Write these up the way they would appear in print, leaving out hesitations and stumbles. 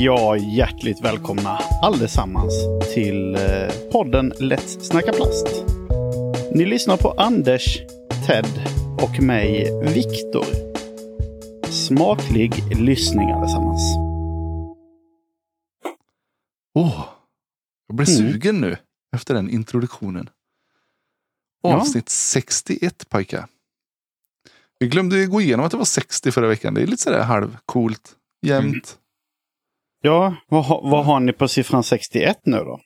Ja, hjärtligt välkomna allesammans till podden Let's Snacka Plast. Ni lyssnar på Anders, Ted och mig, Viktor. Smaklig lyssning allesammans. Jag blir sugen nu efter den introduktionen. Avsnitt 61, pojkar. Vi glömde ju gå igenom att det var 60 förra veckan. Det är lite sådär halvcoolt. Jämnt. Ja, vad har ni på siffran 61 nu då?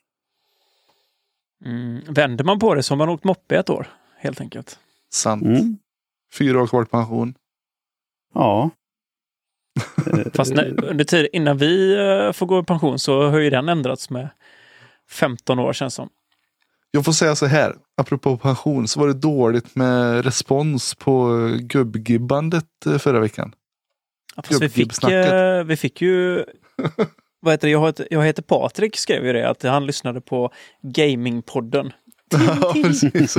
Vänder man på det så har man åkt moppe ett år, helt enkelt. Sant. 4 år kvar till pension. Ja. Fast under tid innan vi får gå i pension så har ju den ändrats med 15 år känns som. Jag får säga så här, apropå pension, så var det dåligt med respons på gubbgibbandet förra veckan. Ja, fast vi fick ju vad heter det? Jag heter Patrik, skrev ju det, att han lyssnade på Gamingpodden. Ja, precis.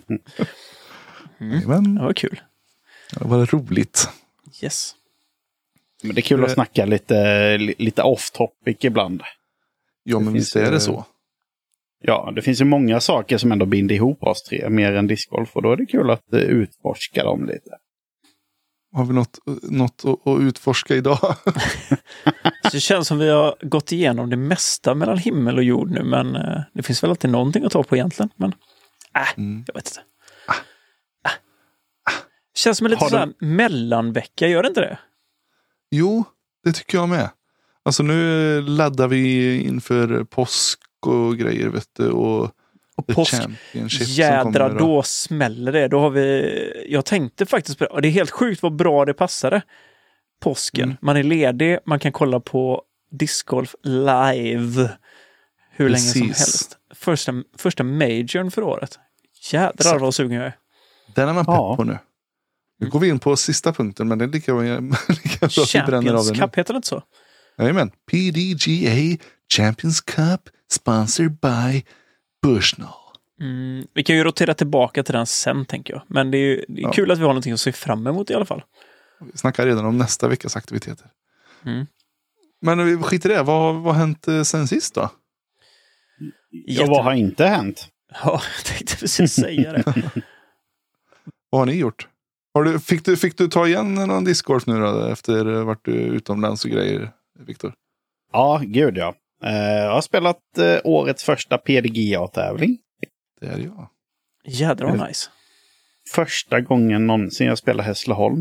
Men, det var kul. Det var roligt. Yes. Men det är kul att snacka lite off topic ibland. Ja, men visst är det så. Ja, det finns ju många saker som ändå binder ihop oss tre, mer än discgolf. Och då är det kul att utforska dem lite. Har vi något att utforska idag? Så det känns som vi har gått igenom det mesta mellan himmel och jord nu. Men det finns väl alltid någonting att ta på egentligen. Men jag vet inte. Känns som en lite sån mellanvecka, gör det inte det? Jo, det tycker jag med. Alltså nu laddar vi inför påsk och grejer, vet du, och påsk, jädra, då smäller det. Då har vi, jag tänkte faktiskt på det, och det är helt sjukt vad bra det passade. Påsken, man är ledig, man kan kolla på discgolf live hur länge som helst. Första majorn för året. Jädrar vad sugen jag är. Den är man pepp på nu. Nu går vi in på sista punkten, men det är lika bra att vi bränner av den. Champions Cup heter det inte så? Jajamän. PDGA Champions Cup sponsored by Bushnell. Vi kan ju rotera tillbaka till den sen, tänker jag. Men det är kul att vi har någonting att se fram emot i alla fall. Vi snackar redan om nästa veckas aktiviteter. Men vi skiter i det. Vad har hänt sen sist då? Ja, vad har inte hänt? Ja, jag tänkte precis säga det. Vad har ni gjort? Fick du ta igen någon discgolf nu då, efter vart du utomlands och grejer, Viktor? Ja, gud ja. Jag har spelat årets första PDGA-tävling. Det är jag. Jädrar vad nice. Första gången någonsin jag spelade Hässleholm.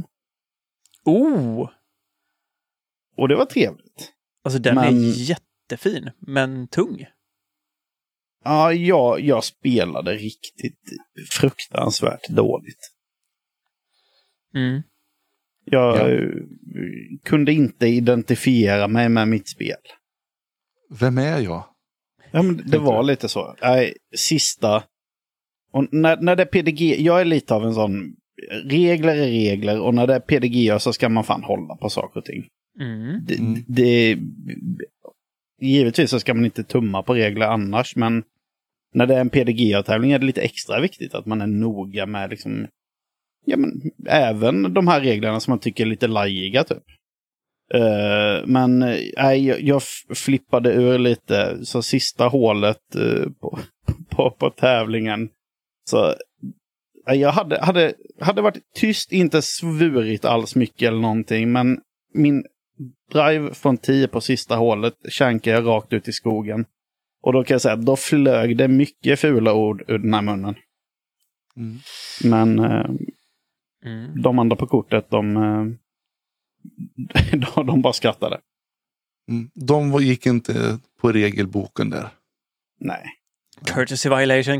Och det var trevligt. Alltså den är jättefin, men tung. Ja, jag spelade riktigt fruktansvärt dåligt. Jag kunde inte identifiera mig med mitt spel. Vem är jag? Ja, men det var lite så. Sista. Och när det är PDG, jag är lite av en sån, regler är regler, och när det är PDG så ska man fan hålla på saker och ting. Givetvis så ska man inte tumma på regler annars, men när det är en PDG-tävling är det lite extra viktigt att man är noga med liksom, ja, men även de här reglerna som man tycker är lite lajiga typ. Men jag flippade ur lite, så sista hålet på tävlingen, så jag hade varit tyst, inte svurit alls mycket eller någonting, men min drive från 10 på sista hålet känkade jag rakt ut i skogen. Och då kan jag säga att då flög det mycket fula ord ur den här munnen. Men de andra på kortet, de bara skrattade. De gick inte på regelboken där. Nej. Courtesy violation.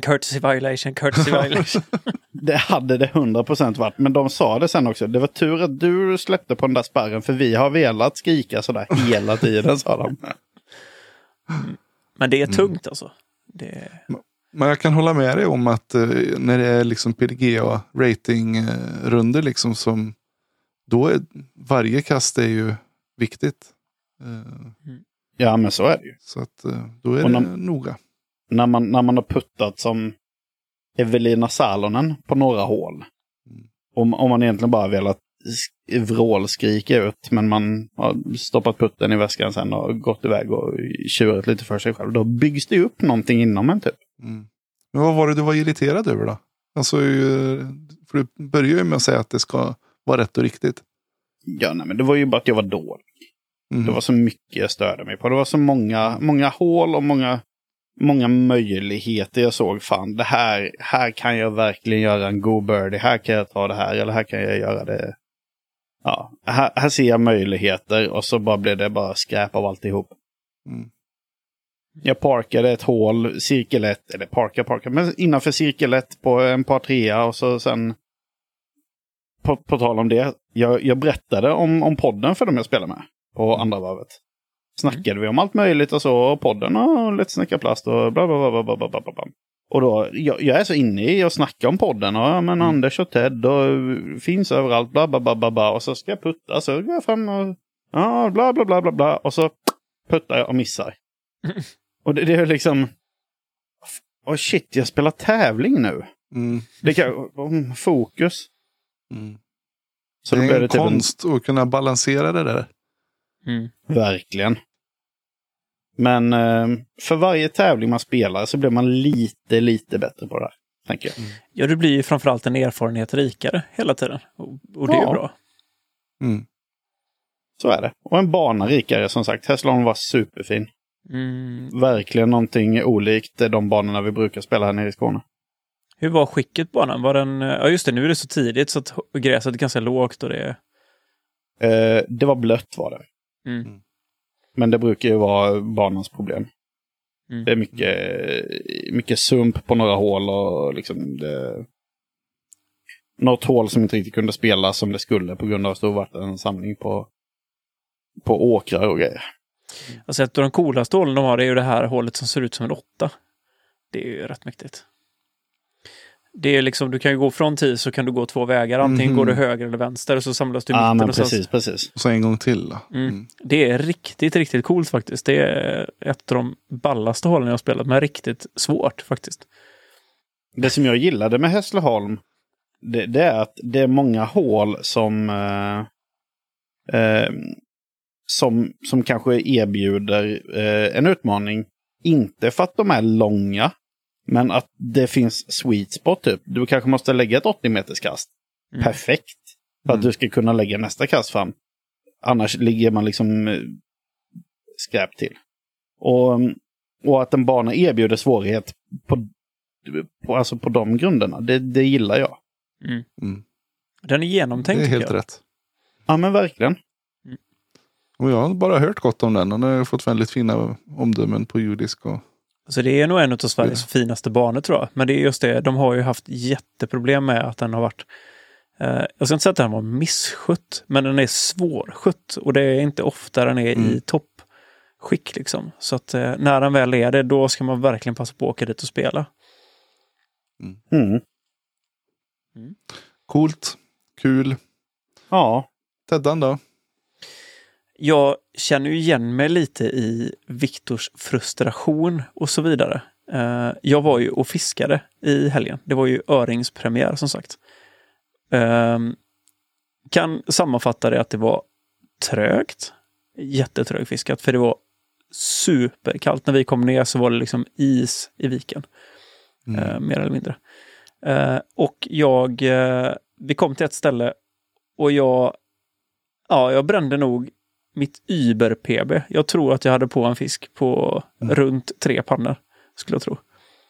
Det hade det 100% varit. Men de sa det sen också. Det var tur att du släppte på den där spärren, för vi har velat skrika sådär hela tiden, sa de. Men det är tungt alltså. Men jag kan hålla med dig om att när det är liksom PDGA rating-runder liksom, som då är varje kast är ju viktigt. Ja, men så är det ju. Så att då är det noga. När man har puttat som Evelina Salonen på några hål. Om man egentligen bara velat vrålskrika ut, men man har stoppat putten i väskan sen och gått iväg och tjurat lite för sig själv. Då byggs det upp någonting inom en typ. Mm. Men vad var det du var irriterad över då? Alltså, för du börjar ju med att säga att det ska vara rätt och riktigt. Ja, nej, men det var ju bara att jag var dålig. Det var så mycket jag störde mig på. Det var så många hål och många möjligheter jag såg. Fan, det här kan jag verkligen göra en god birdie. Här kan jag ta det här, eller här kan jag göra det. Ja, här ser jag möjligheter och så blev det bara skräp av alltihop. Mm. Jag parkade ett hål, cirkel 1, eller parka, men innanför cirkel 1 på en par 3 och så sen på tal om det, jag berättade om podden för dem jag spelar med på andra varvet. Snackade vi om allt möjligt och så, och podden och lite snacka plast och bla bla bla bla bla bla bla. Och då, jag är så inne i att snacka om podden och men Anders och Ted och finns överallt bla bla bla bla bla, och så ska jag putta, så går jag fram och bla bla bla bla bla, och så puttar jag och missar. Och det är liksom shit, jag spelar tävling nu. Det kan fokus. Så det är en konst att kunna balansera det där. Verkligen. Men för varje tävling man spelar så blir man lite bättre på det här, tänker jag. Ja, du blir ju framförallt en erfarenhet rikare hela tiden. Och det är bra. Så är det. Och en bana rikare, som sagt. Hässleholm var superfin. Verkligen någonting olikt de banorna vi brukar spela här nere i Skåne. Hur var skicket banan? Var den... Ja, just det. Nu är det så tidigt så att gräset är ganska lågt och det... Det var blött, var det. Men det brukar ju vara banans problem. Det är mycket sump på några hål och liksom något hål som inte riktigt kunde spela som det skulle på grund av att det varit en samling på åkrar och grejer. Alltså ett av de coolaste hålen de har är ju det här hålet som ser ut som en 8. Det är ju rätt mäktigt. Det är liksom, du kan ju gå från 10 så kan du gå 2 vägar. Antingen går du höger eller vänster och så samlas du i mitten. Men och precis. Och så en gång till då. Det är riktigt coolt faktiskt. Det är ett av de ballaste hålen jag har spelat, men riktigt svårt faktiskt. Det som jag gillade med Hässleholm, det är att det är många hål som kanske erbjuder en utmaning. Inte för att de är långa, men att det finns sweet spot typ. Du kanske måste lägga ett 80 meters kast. Perfekt. För att du ska kunna lägga nästa kast fram. Annars ligger man liksom skräp till. Och att en bana erbjuder svårighet på de grunderna. Det gillar jag. Den är genomtänkt. Det är helt rätt. Ja, men verkligen. Och jag har bara hört gott om den. Och den har fått väldigt fina omdömen på judisk. Så det är nog en av Sveriges finaste banor, tror jag. Men det är just det, de har ju haft jätteproblem med att den har varit... jag ska inte säga att den var misskött, men den är svårskött. Och det är inte ofta den är i toppskick liksom. Så att när den väl är det, då ska man verkligen passa på att åka dit och spela. Coolt. Kul. Ja. Teddan då? Jag känner ju igen mig lite i Viktors frustration och så vidare. Jag var ju och fiskade i helgen. Det var ju öringspremiär som sagt. Kan sammanfatta det att det var trögt. Jättetrögt fiskat. För det var superkallt. När vi kom ner så var det liksom is i viken. Mer eller mindre. Och vi kom till ett ställe och jag brände nog mitt Uber-PB. Jag tror att jag hade på en fisk på runt 3 pannor, skulle jag tro.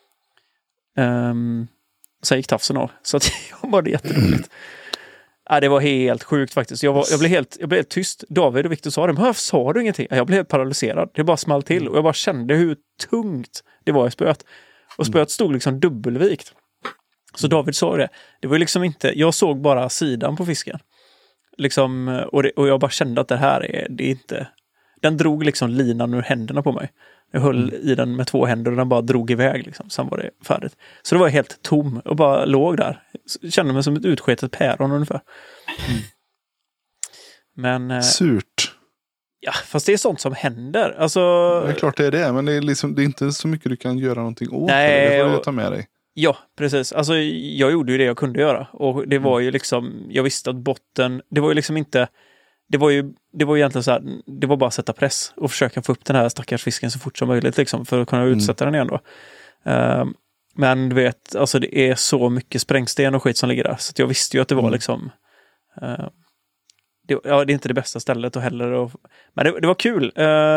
Sen gick tafsen av. Så att jag mådde jätteroligt. Det var helt sjukt faktiskt. Jag blev helt tyst. David och Victor sa det. Men varför sa du ingenting? Jag blev helt paralyserad. Det bara small till. Och jag bara kände hur tungt det var i spöet. Och spöet stod liksom dubbelvikt. Så David sa det. Det var liksom inte... Jag såg bara sidan på fisken. Liksom, och jag bara kände att det är inte... Den drog liksom linan ur händerna på mig. Jag höll i den med 2 händer och den bara drog iväg liksom. Sen var det färdigt. Så det var helt tom och bara låg där. Kände mig som ett utsketet päron ungefär. Men... Surt. Ja, fast det är sånt som händer. Alltså... Det är klart det är det, men det är inte så mycket du kan göra någonting åt. Nej, det får du ta med dig. Ja, precis. Alltså jag gjorde ju det jag kunde göra. Och det var ju liksom, jag visste att botten, det var ju liksom inte, det var ju egentligen så här, det var bara att sätta press och försöka få upp den här stackars fisken så fort som möjligt liksom, för att kunna utsätta den igen då. Men du vet, alltså det är så mycket sprängsten och skit som ligger där. Så att jag visste ju att det var liksom, det är inte det bästa stället och heller. Men det var kul.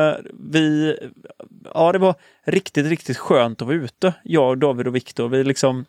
Det var riktigt, riktigt skönt att vara ute. Jag, David och Viktor, vi liksom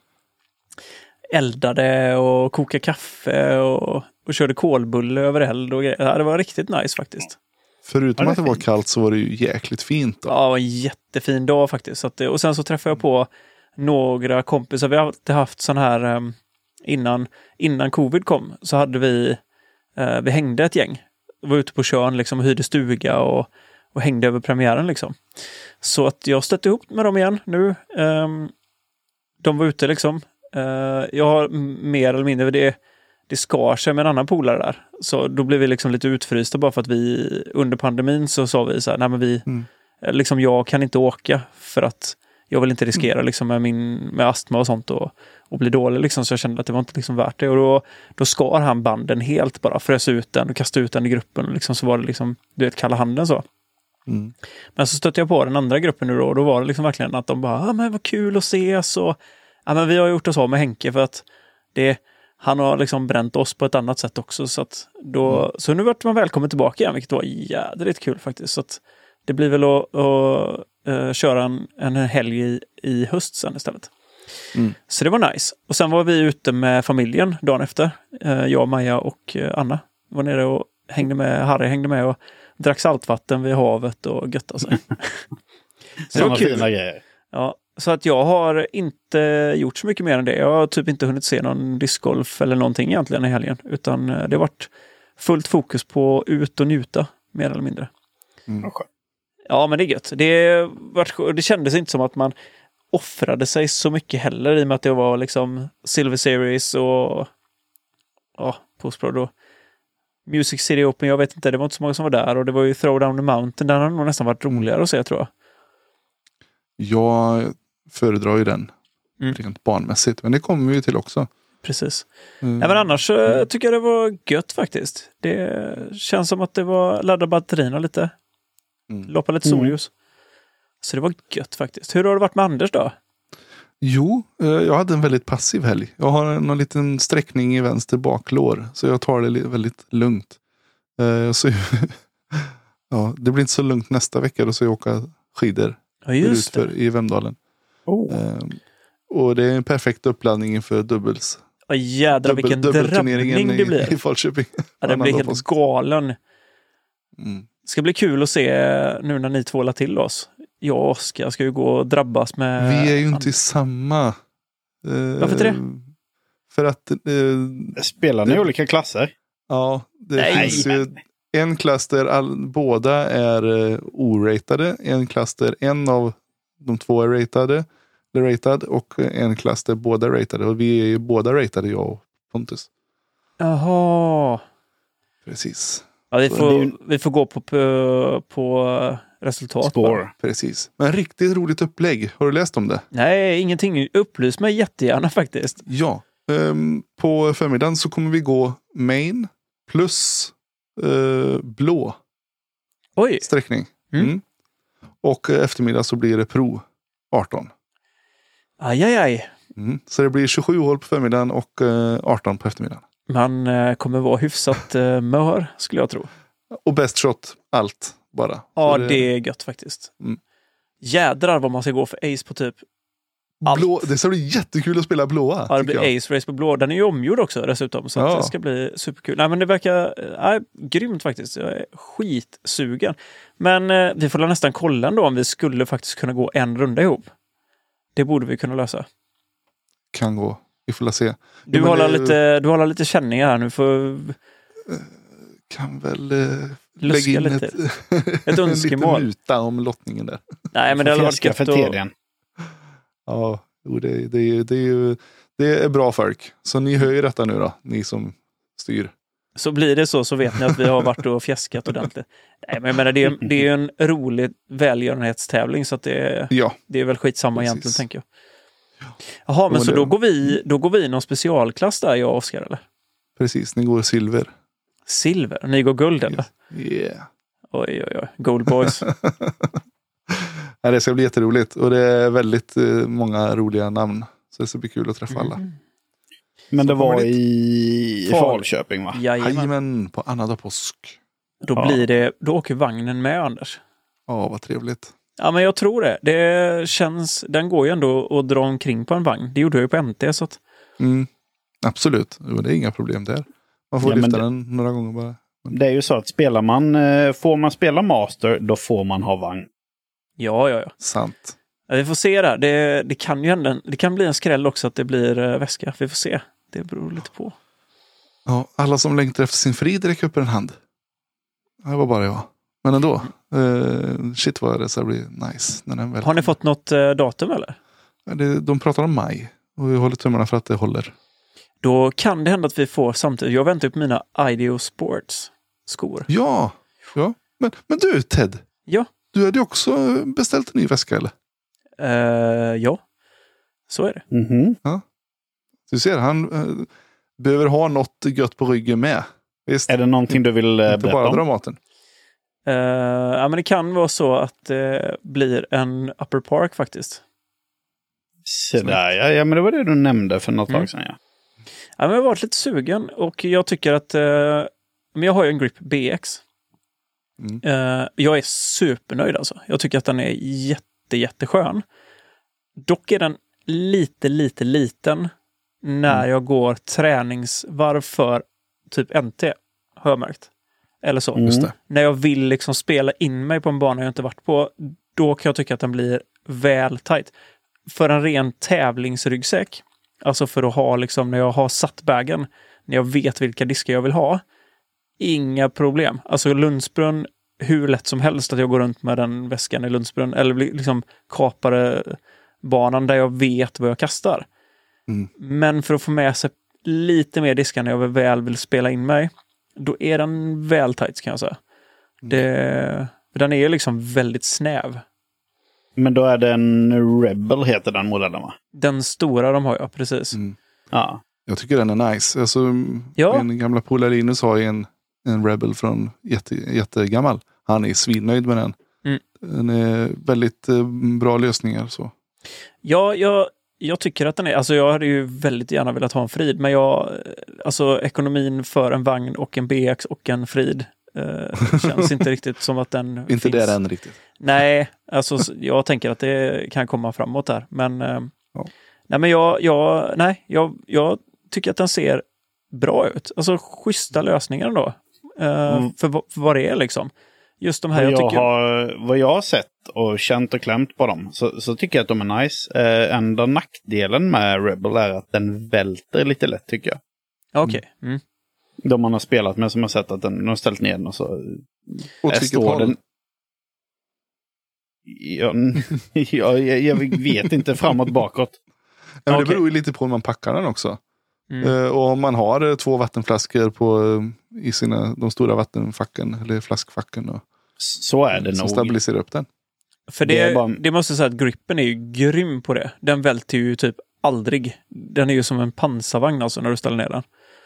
eldade och kokade kaffe och körde kolbulle över eld och grejer. Ja, det var riktigt nice faktiskt. Förutom att det var kallt så var det ju jäkligt fint då. Ja, det var en jättefin dag faktiskt. Och sen så träffade jag på några kompisar. Vi har alltid haft sån här innan covid kom så hade vi hängde ett gäng. Vi var ute på Tjörn liksom och hyrde stuga och hängde över premiären liksom. Så att jag stötte ihop med dem igen nu. De var ute liksom. Jag har mer eller mindre det skar sig med en annan polare där. Så då blev vi liksom lite utfrysta bara för att vi under pandemin så sa vi så här, nej men liksom jag kan inte åka för att jag vill inte riskera liksom med astma och sånt och bli dålig liksom, så jag kände att det var inte liksom värt det. Och då skar han banden helt, bara frös ut den och kastade ut den i gruppen och liksom så var det liksom, du vet, kalla handen så. Men så stötte jag på den andra gruppen nu och då var det liksom verkligen att de bara, men vad kul att ses och men vi har gjort oss av med Henke för att han har liksom bränt oss på ett annat sätt också, så att så nu vart man välkommen tillbaka igen, vilket var jädrigt kul faktiskt. Så att det blir väl att köra en helg i höst sen istället. Så det var nice. Och sen var vi ute med familjen dagen efter. Jag, Maja och Anna var nere och Harry hängde med och drack saltvatten vid havet och göttade sig. Så det var kul. Fina grejer. Ja, så att jag har inte gjort så mycket mer än det. Jag har typ inte hunnit se någon discgolf eller någonting egentligen i helgen. Utan det har varit fullt fokus på ut och njuta, mer eller mindre. Ja, men det är gött. Det kändes inte som att man offrade sig så mycket heller i och med att det var liksom Silver Series och Postpro då. Music City Open, jag vet inte, det var inte så många som var där och det var ju Throwdown the Mountain, den har nog nästan varit roligare att se, tror jag. Jag föredrar ju den rent barnmässigt, men det kommer vi ju till också. Precis. Ja, men annars tycker jag det var gött faktiskt. Det känns som att det var ladda batterierna lite. Loppa lite solljus. Så det var gött faktiskt. Hur har det varit med Anders då? Jo, jag hade en väldigt passiv helg. Jag har någon liten sträckning i vänster baklår, så jag tar det väldigt lugnt. Det blir inte så lugnt nästa vecka, då så jag åka skidor i Vemdalen. Och det är en perfekt uppladdning inför dubbels. Jädrar vilken drabbning det blir. I Falköping. Ja, det blir helt galen. Det ska bli kul att se nu när ni två la till oss. Jag och Oskar ska ju gå och drabbas med... Vi är ju inte i samma... Varför inte det? För att... Spelar ni i olika klasser? Ja, det finns ju en klass där båda är oratade. En klass där en av de två är ratad och en klass där båda är ratade. Och vi är ju båda ratade, jag och Pontus. Jaha. Precis. Ja, vi får gå på resultat. Spår. Precis. Men riktigt roligt upplägg. Har du läst om det? Nej, ingenting. Upplys mig jättegärna faktiskt. Ja. På förmiddagen så kommer vi gå main plus blå sträckning. Och eftermiddag så blir det pro 18. Aj. Så det blir 27 hål på förmiddagen och 18 på eftermiddagen. Man kommer vara hyfsat mör, skulle jag tro. Och best shot, allt bara. Ja, det är gött faktiskt. Jädrar vad man ska gå för ace på typ allt. Blå, det ska bli jättekul att spela blåa. Ja, det blir ace race på blå. Den är ju omgjord också dessutom, så att det ska bli superkul. Nej, men det verkar grymt faktiskt. Jag är skitsugen. Men vi får nästan kolla ändå om vi skulle faktiskt kunna gå en runda ihop. Det borde vi kunna lösa. Kan gå. Vi får se. Du har lite känningar här nu för... Kan väl lägga in lite. Ett önskemål. En liten muta om lottningen där. Nej, men det hade varit gött att... Ja, det är bra folk. Så ni hör ju detta nu då, ni som styr. Så blir det så vet ni att vi har varit och fjäskat ordentligt. Nej, men jag menar, det är ju en rolig välgörenhetstävling, så att det är väl skitsamma egentligen, tänker jag. Jaha, men så då går vi i någon specialklass där, jag och Oskar, eller? Precis, ni går silver. Silver? Ni går guld, eller? Yeah. Oj. Gold boys. Ja, det ska bli jätteroligt. Och det är väldigt många roliga namn. Så det ska bli kul att träffa alla. Men det var i Falköping, va? Jajamän, på annandag påsk. Då åker vagnen med, Anders. Ja, vad trevligt. Ja, men jag tror det. Det känns, den går ju ändå att dra omkring på en vagn. Det gjorde jag ju på MT, så att... Absolut, det är inga problem där. Man får lyfta den några gånger bara. Det är ju så att får man spela Master, då får man ha vagn. Ja. Sant. Ja, vi får se där. Det kan ju hända. Det kan bli en skräll också att det blir väska. Vi får se. Det beror lite på. Ja, alla som längtar efter sin frid räcker upp en hand. Det var bara jag. Men ändå. Shit vad det ska bli nice. När den väl har ni fått något datum eller? De pratar om maj. Och vi håller tummarna för att det håller. Då kan det hända att vi får samtidigt. Jag väntar på mina Ideo Sports skor. Ja. Men du Ted. Ja. Du hade ju också beställt en ny väska eller? Ja. Så är det. Ja. Du ser, han behöver ha något gött på ryggen med. Visst? Är det någonting du vill berätta om? Inte bara dra maten. Ja, men det kan vara så att det blir en Upper Park faktiskt. Så där, ja, men det var det du nämnde för något tag sedan, ja. Ja, men jag har varit lite sugen och jag tycker att men jag har ju en Grip BX. Jag är supernöjd alltså. Jag tycker att den är jätteskön. Dock är den lite liten när jag går träningsvarv för typ NT, har jag märkt. Eller så. Just det. När jag vill liksom spela in mig på en bana jag inte varit på, då kan jag tycka att den blir väl tight. För en ren tävlingsryggsäck, alltså för att ha liksom, när jag har satt bagen, när jag vet vilka diskar jag vill ha, inga problem. Alltså Lundsbrunn, hur lätt som helst att jag går runt med den väskan i Lundsbrunn, eller liksom kapare banan där jag vet vad jag kastar. Men för att få med sig lite mer diskar när jag väl vill spela in mig, då är den väl tight, kan jag säga. Den är liksom väldigt snäv. Men då är det en Rebel, heter den modellen, va? Den stora de har jag, precis. Ja. Jag tycker den är nice. Alltså, min gamla polare Linus har en Rebel från jättegammal. Han är svinnöjd med den. Den är väldigt bra lösningar. Så. Ja, jag tycker att den är... Alltså jag hade ju väldigt gärna velat ha en Frid, men alltså ekonomin för en vagn och en BX och en Frid känns inte riktigt som att den inte finns. där än riktigt. Nej, alltså jag tänker att det kan komma framåt där. Men, nej, men jag tycker att den ser bra ut. Alltså schyssta lösningar då. För vad det är liksom. Just de här vad jag har sett och känt och klämt på dem, så tycker jag att de är nice. Enda nackdelen med Rebel är att den välter lite lätt, tycker jag. Okej. De man har spelat med, som har sett att de har ställt ner den och så står den... Jag vet inte, framåt bakåt. Ja, det beror ju lite på hur man packar den också. Och om man har 2 vattenflaskor i de stora vattenfacken eller flaskfacken, och så är det så nog. stabiliserar upp den. För det måste jag säga att Gripen är ju grym på det. Den välter ju typ aldrig. Den är ju som en pansarvagn alltså när du ställer ner den.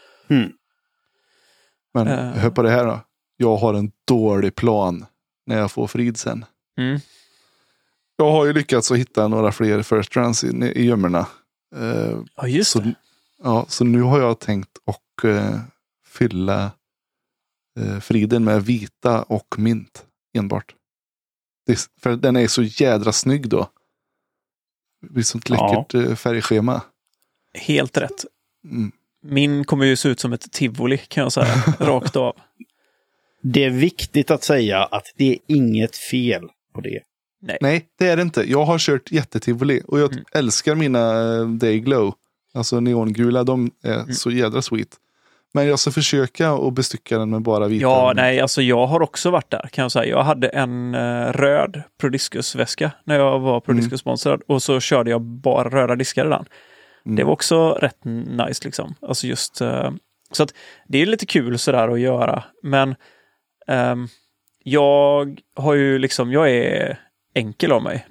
Men hör på det här då. Jag har en dålig plan när jag får Frid sen. Jag har ju lyckats att hitta några fler first runs i gömmorna. Ja, just det. Ja, så nu har jag tänkt att fylla Friden med vita och mint enbart. För den är så jädra snygg då. Det blir sånt läckert färgschema. Helt rätt. Min kommer ju se ut som ett tivoli, kan jag säga. Rakt av. Det är viktigt att säga att det är inget fel på det. Nej, det är det inte. Jag har kört jättetivoli och jag älskar mina Dayglow. Alltså neongula, de är så jädra sweet. Men jag ska försöka att bestycka den med bara vita. Ja, nej, alltså jag har också varit där, kan jag säga. Jag hade en röd Prodiscus-väska när jag var Prodiscus-sponsrad. Och så körde jag bara röda diskar i den. Det var också rätt nice liksom. Alltså just... så att det är lite kul sådär att göra. Men jag har ju liksom... Jag är enkel av mig nu.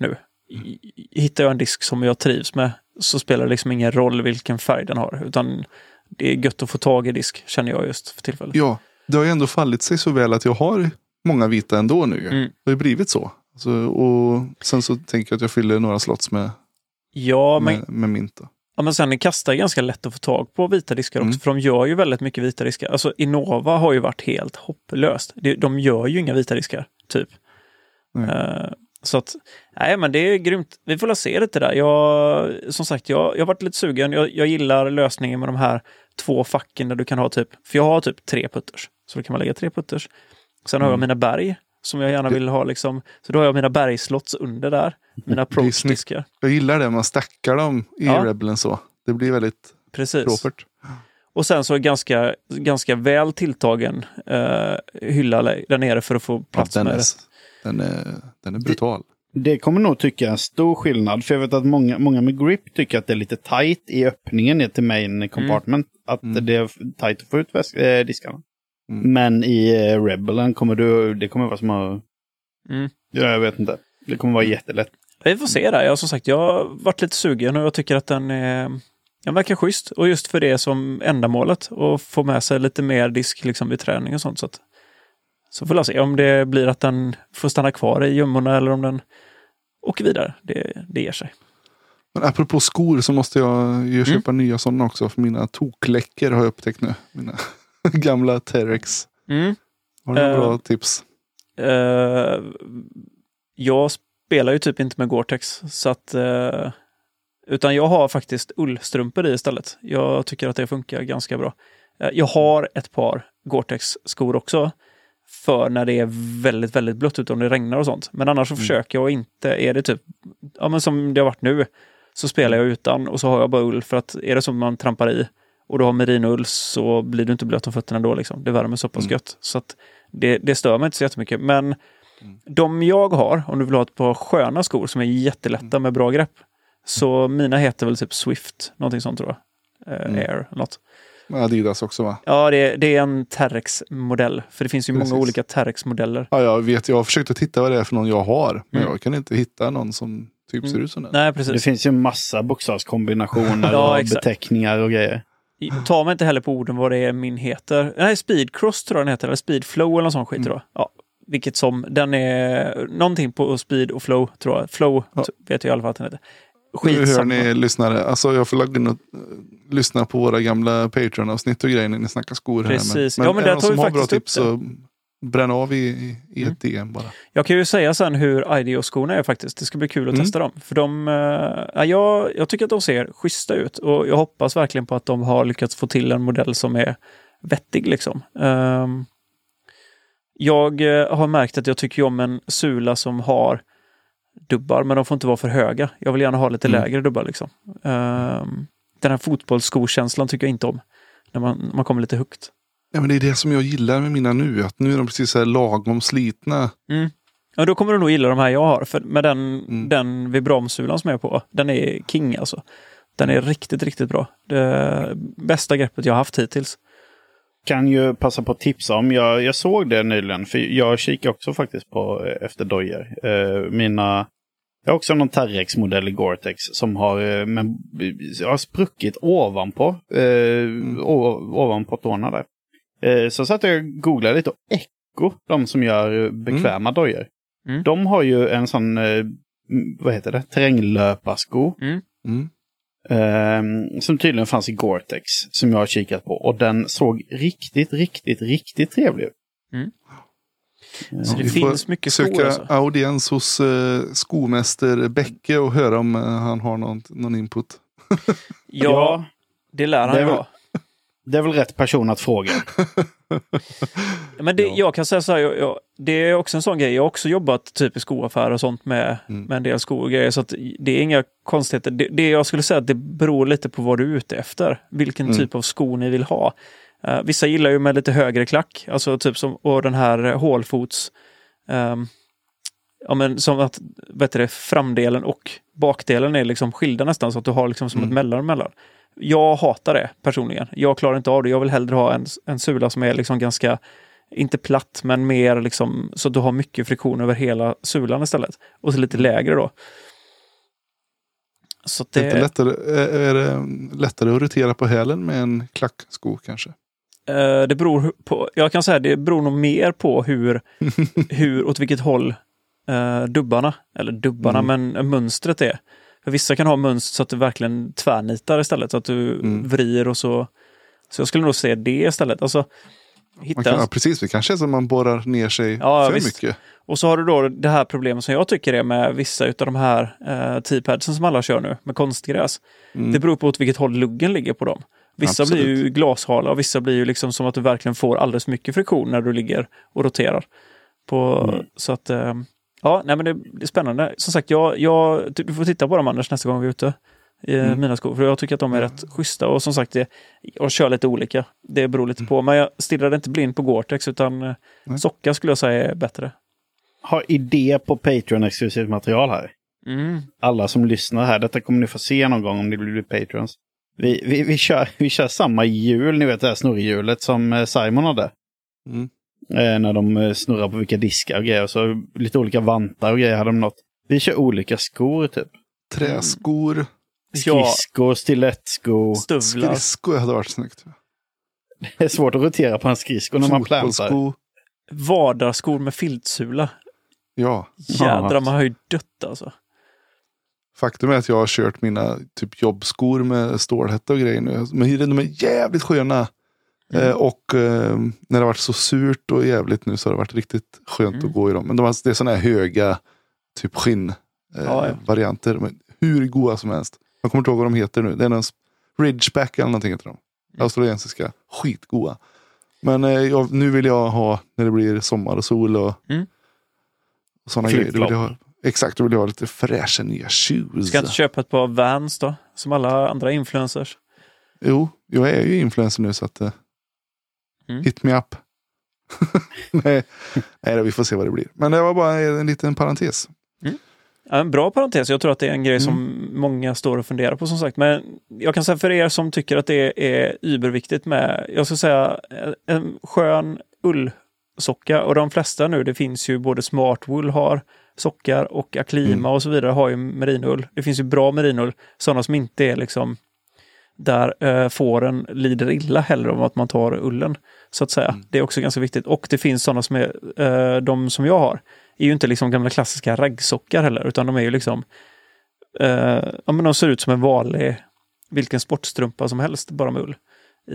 hittar jag en disk som jag trivs med så spelar det liksom ingen roll vilken färg den har, utan det är gött att få tag i disk, känner jag just för tillfället. Ja, det har ju ändå fallit sig så väl att jag har många vita ändå nu. Det har ju blivit så. Alltså, och sen så tänker jag att jag fyller några slots med mint då. Ja, men sen kastar är ganska lätt att få tag på vita diskar också, för de gör ju väldigt mycket vita diskar. Alltså Innova har ju varit helt hopplöst. De gör ju inga vita diskar, typ. Så att, nej men det är grymt. Vi får se lite där. Jag har varit lite sugen. Jag gillar lösningen med de här 2 facken där du kan ha typ, för jag har typ 3 putters. Så då kan man lägga 3 putters. Sen har jag mina berg som jag gärna vill ha liksom. Så då har jag mina bergslots under där. Mina approach-diskar. Jag gillar det, man stackar dem i Rebelen så. Det blir väldigt propert. Och sen så ganska väl tilltagen hylla där nere för att få plats med det. Den är brutal. Det kommer nog tycka en stor skillnad. För jag vet att många med grip tycker att det är lite tight i öppningen ner till main compartment. Att det är tight att få ut diskarna. Men i Rebelen kommer det kommer vara som att... jag vet inte. Det kommer vara jättelätt. Vi får se där. Jag har varit lite sugen och jag tycker att den verkar schysst. Och just för det som ändamålet. Och få med sig lite mer disk liksom vid träning och sånt. Så får jag se om det blir att den får stanna kvar i gömmorna eller om den åker vidare. Det ger sig. Men apropå skor så måste jag ju köpa nya sådana också. För mina tokläcker har jag upptäckt nu. Mina gamla Terex. Har du några bra tips? Jag spelar ju typ inte med Gore-Tex. Så att, utan jag har faktiskt ullstrumpor i istället. Jag tycker att det funkar ganska bra. Jag har ett par Gore-Tex-skor också. För när det är väldigt, väldigt blött ut om det regnar och sånt. Men annars så försöker jag inte. Är det typ, men som det har varit nu, så spelar jag utan och så har jag bara ull. För att är det som man trampar i och du har merinoull så blir du inte blött om fötterna då liksom. Det värmer så pass gött. Så att det stör mig inte så jättemycket. Men de jag har, om du vill ha ett par sköna skor som är jättelätta med bra grepp. Så mina heter väl typ Swift, någonting sånt tror jag. Air, något. Adidas också va? Ja, det är en Terex-modell. För det finns ju många olika Terex-modeller. Ja, jag vet. Jag har försökt att hitta vad det är för någon jag har. Men jag kan inte hitta någon som typ ser ut som den. Nej, precis. Det finns ju en massa bokstavskombinationer och beteckningar och grejer. Ta mig inte heller på orden vad det är min heter. Nej, Speedcross tror jag den heter. Eller Speedflow eller någon sån skit då. Ja, vilket som. Den är någonting på Speed och Flow tror jag. Flow vet jag i alla fall att den heter. Nu hör ni lyssnare, alltså jag får lägga in och lyssna på våra gamla Patreon-avsnitt och grejer när ni snackar skor. Precis. Men ja, men är där de tar som vi har bra faktiskt tips så bränn av i ett DM bara. Jag kan ju säga sen hur IDEO-skorna är faktiskt. Det ska bli kul att testa dem. För jag tycker att de ser schyssta ut och jag hoppas verkligen på att de har lyckats få till en modell som är vettig liksom. Jag har märkt att jag tycker om en sula som har dubbar, men de får inte vara för höga. Jag vill gärna ha lite lägre dubbar liksom. Den här fotbollsskokänslan tycker jag inte om. När man kommer lite högt. Ja, men det är det som jag gillar med mina nu. Att nu är de precis så här lagom slitna. Ja, då kommer du nog gilla de här jag har. För med den Vibram-sulan som jag är på, den är king alltså. Den är riktigt, riktigt bra. Det bästa greppet jag har haft hittills. Kan ju passa på att tipsa om. Jag såg det nyligen. För jag kikar också faktiskt på efter dojor. Jag har också någon Terex-modell i Gore-Tex som har spruckit ovanpå tårna där. Så satt jag och googlade lite och Echo, de som gör bekväma dojor. De har ju en sån, terränglöparsko. Som tydligen fanns i Gore-Tex som jag har kikat på. Och den såg riktigt, riktigt, riktigt trevlig ut. Så det finns mycket skor söka alltså. Audiens hos skomäster Bäcke och höra om han har någon input. Ja, det lär han ju ha. Det är väl rätt person att fråga. Men jag kan säga så här, det är också en sån grej. Jag har också jobbat typ i skoaffärer och sånt med en del skor och grejer. Så att det är inga konstigheter. Det jag skulle säga att det beror lite på vad du är ute efter. Vilken typ av skor ni vill ha. Vissa gillar ju med lite högre klack. Alltså typ som och den här hålfots. Som att framdelen och bakdelen är liksom skilda nästan. Så att du har liksom som ett mellan. Jag hatar det personligen. Jag klarar inte av det. Jag vill hellre ha en sula som är liksom ganska, inte platt, men mer liksom så att du har mycket friktion över hela sulan istället. Och så lite lägre då. Så det är det lättare att rotera på hälen med en klacksko kanske? Det beror på, jag kan säga det beror nog mer på hur åt vilket håll dubbarna men mönstret är. För vissa kan ha mönster så att du verkligen tvärnitar istället, så att du vrider och så jag skulle nog säga det istället. Alltså, precis, det kanske är så att man borrar ner sig för mycket. Och så har du då det här problemet som jag tycker är med vissa utav de här T-padsen som alla kör nu med konstgräs. Det beror på åt vilket håll luggen ligger på dem. Vissa blir ju glashala och vissa blir ju liksom som att du verkligen får alldeles mycket friktion när du ligger och roterar. Så att, nej men det är spännande. Som sagt, du får titta på dem Anders nästa gång vi är ute i mina skor. För jag tycker att de är rätt schyssta. Och som sagt, jag kör lite olika. Det beror lite på. Men jag stirrade inte blind på Gore-Tex utan sockar skulle jag säga är bättre. Har idé på Patreon-exklusivt material här. Alla som lyssnar här, detta kommer ni få se någon gång om ni blir Patrons. Vi kör samma hjul, ni vet det här snurrhjulet som Simon hade. När de snurrar på vilka diskar och grejer. Och så lite olika vantar och grejer hade de något. Vi kör olika skor typ. Träskor. Skridskor, stilettskor. Stövlar. Skridskor hade varit snyggt. Det är svårt att rotera på en skridsko när man plantar. Vardagsskor med filtsula. Ja. Jädrar, man har ju dött alltså. Faktum är att jag har kört mina typ jobbskor med stålhätta och grejer nu. Men de är jävligt sköna. Och när det har varit så surt och jävligt nu så har det varit riktigt skönt att gå i dem. Men det är sådana här höga typ skinn varianter. Men hur goda som helst. Jag kommer inte ihåg vad de heter nu. Det är någon Ridgeback eller någonting heter de. Australiensiska. Skitgoda. Men nu vill jag ha när det blir sommar och sol och sådana grejer. Exakt, då vill jag ha lite fräscha nya shoes. Ska inte köpa ett par Vans då? Som alla andra influencers. Jo, jag är ju influencer nu så att hit me up. nej, vi får se vad det blir. Men det var bara en liten parentes. Ja, en bra parentes. Jag tror att det är en grej som många står och funderar på som sagt. Men jag kan säga för er som tycker att det är überviktigt med, jag ska säga, en skön ullsocka. Och de flesta nu, det finns ju både Smartwool har sockar och Aklima och så vidare har ju merinull. Det finns ju bra merinull. Sådana som inte är liksom där fåren lider illa heller om att man tar ullen. Så att säga. Det är också ganska viktigt. Och det finns sådana som är de som jag har. Är ju inte liksom gamla klassiska raggsockar heller. Utan de är ju liksom men de ser ut som en vanlig vilken sportstrumpa som helst. Bara med ull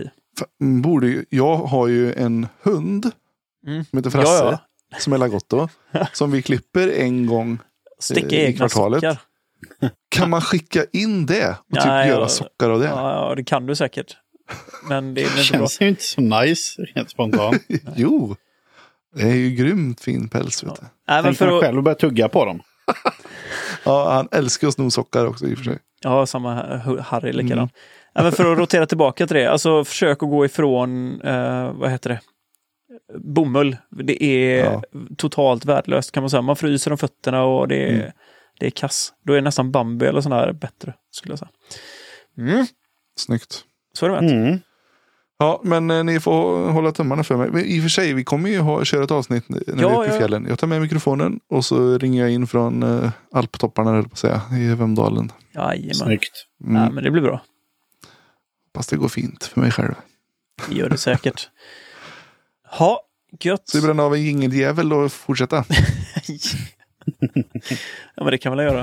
i. Jag har ju en hund som heter Frasse. Som är Lagotto. Som vi klipper en gång i kvartalet. Sockar. Kan man skicka in det och göra sockar av det? Ja, det kan du säkert. Men det känns ju inte så nice rent spontant. Jo, det är ju grymt fin päls. Vet du. Tänk man själv börja tugga på dem. Ja, han älskar att sno sockar också i och för sig. Ja, samma Harry likadant. Men för att rotera tillbaka till det. Alltså försök att gå ifrån vad heter det? Bomull. Det är totalt värdelöst kan man säga. Man fryser om fötterna och det är kass. Då är nästan Bambi eller sån här bättre skulle jag säga. Snyggt. Så är det med. Ja, men ni får hålla tummarna för mig. Men i och för sig, vi kommer ju köra ett avsnitt när vi är uppe i fjällen. Jag tar med mikrofonen och så ringer jag in från Alptopparna, höll på att säga, i Vemdalen. Jajamän. Snyggt. Ja, men det blir bra. Fast det går fint för mig själv. Det gör det säkert. Ha, gött. Så vi bränner av en jingeljävel och fortsätta. Ja, men det kan väl göra.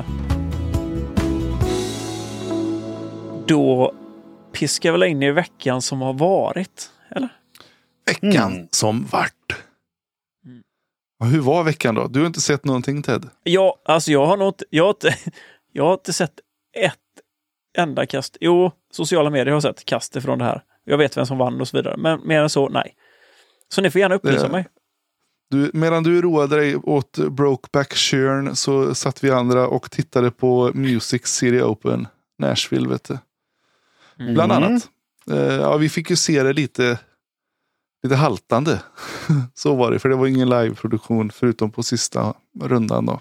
Då piskar väl in i veckan som har varit, eller? Veckan som vart. Hur var veckan då? Du har inte sett någonting, Ted? Ja, alltså jag har inte sett ett enda kast. Jo, sociala medier har sett kast från det här. Jag vet vem som vann och så vidare. Men mer än så, nej. Så ni får gärna upplysa mig. Medan du roade dig åt Brokeback Mountain så satt vi andra och tittade på Music City Open Nashville, vet du. Bland annat. Vi fick ju se det lite haltande. Så var det, för det var ingen liveproduktion förutom på sista rundan då.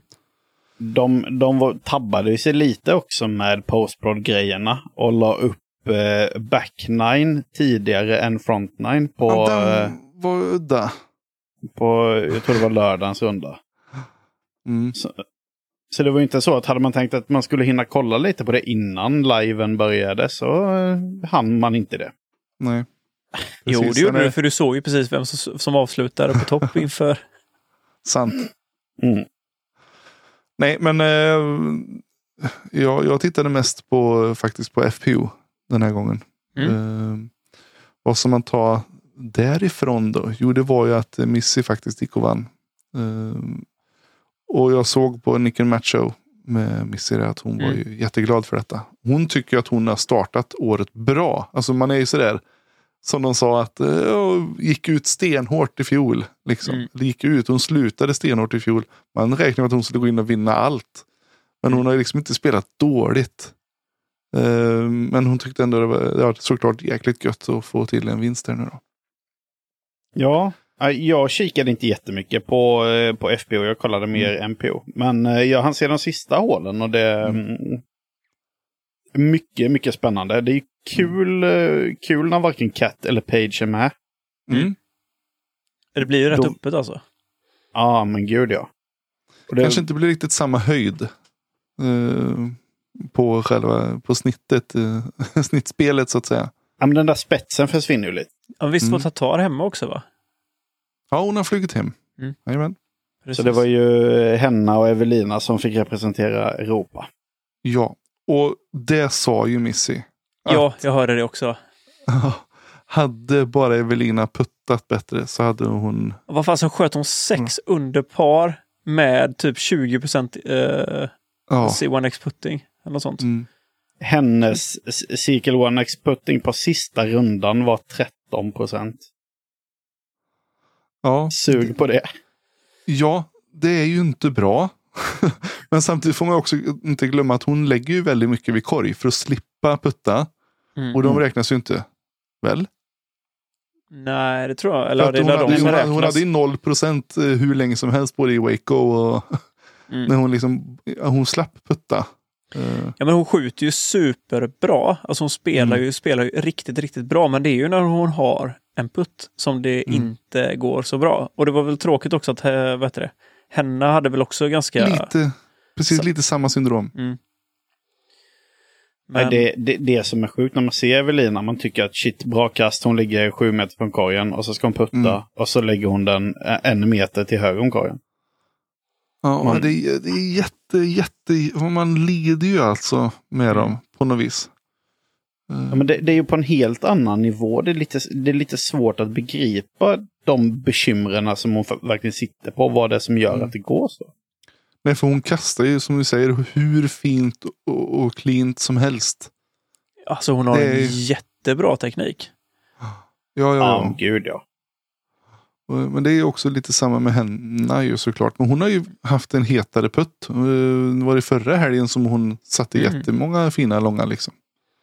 De tabbade sig lite också med postprod-grejerna och la upp back nine tidigare än front nine på... Ja, den var udda. Jag tror det var lördagens runda. Så det var ju inte så att hade man tänkt att man skulle hinna kolla lite på det innan liven började så hann man inte det. Nej. Jo, det gjorde du, för du såg ju precis vem som avslutade på topp inför. Sant. Mm. Nej, men jag tittade mest faktiskt på FPO den här gången. Vad som man tar därifrån då? Jo, det var ju att Missy faktiskt gick och vann. Och jag såg på Nick and Match Show med Missy att hon var ju jätteglad för detta. Hon tycker att hon har startat året bra. Alltså man är ju sådär, som de sa att gick ut stenhårt i fjol. Liksom. Hon slutade stenhårt i fjol. Man räknade med att hon skulle gå in och vinna allt. Men hon har ju liksom inte spelat dåligt. Men hon tyckte ändå det var såklart jäkligt gött att få till en vinst här nu då. Ja, jag kikade inte jättemycket på FPO. Jag kollade mer MPO. Men jag hann se de sista hålen och det är mycket, mycket spännande. Det är kul när varken Cat eller Page är med. Det blir ju rätt öppet alltså. Ja, men gud ja. Och det kanske inte blir riktigt samma höjd på snittet, snittspelet så att säga. Ja, men den där spetsen försvinner ju lite. Ja, visst var Tatar hemma också, va? Ja, hon har flugit hem. Jajamän. Så det var ju Henna och Evelina som fick representera Europa. Ja, och det sa ju Missy. Ja, jag hörde det också. Hade bara Evelina puttat bättre så hade hon... Vad fan, så sköt hon 6 under par med typ 20% C1X putting eller något sånt. Hennes Circle 1X putting på sista rundan var 13%. Ja. Sug på det. Ja, det är ju inte bra. Men samtidigt får man också inte glömma att hon lägger ju väldigt mycket vid korg för att slippa putta. Och de räknas ju inte. Väl? Nej, det tror jag. Eller det hon hade ju 0% hur länge som helst både i Waco och när hon slapp putta. Ja, men hon skjuter ju superbra. Alltså hon spelar ju riktigt, riktigt bra. Men det är ju när hon har en putt som det inte går så bra. Och det var väl tråkigt också att, Henna hade väl också ganska... Lite samma syndrom. Men... Det som är sjukt när man ser Evelina, man tycker att shit, bra kast, hon ligger 7 meter från korgen och så ska hon putta och så lägger hon den 1 meter till höger om korgen. Ja, det är jätte... Man lider ju alltså med dem på något vis. Ja, men det är ju på en helt annan nivå. Det är lite svårt att begripa de bekymren som hon verkligen sitter på. Vad det är som gör att det går så. Nej, för hon kastar ju, som du säger, hur fint och cleant som helst. Alltså hon har en jättebra teknik. Ja. Gud ja. Men det är också lite samma med henne ju såklart. Men hon har ju haft en hetare putt. Det var det förra helgen som hon satte jättemånga fina långa liksom.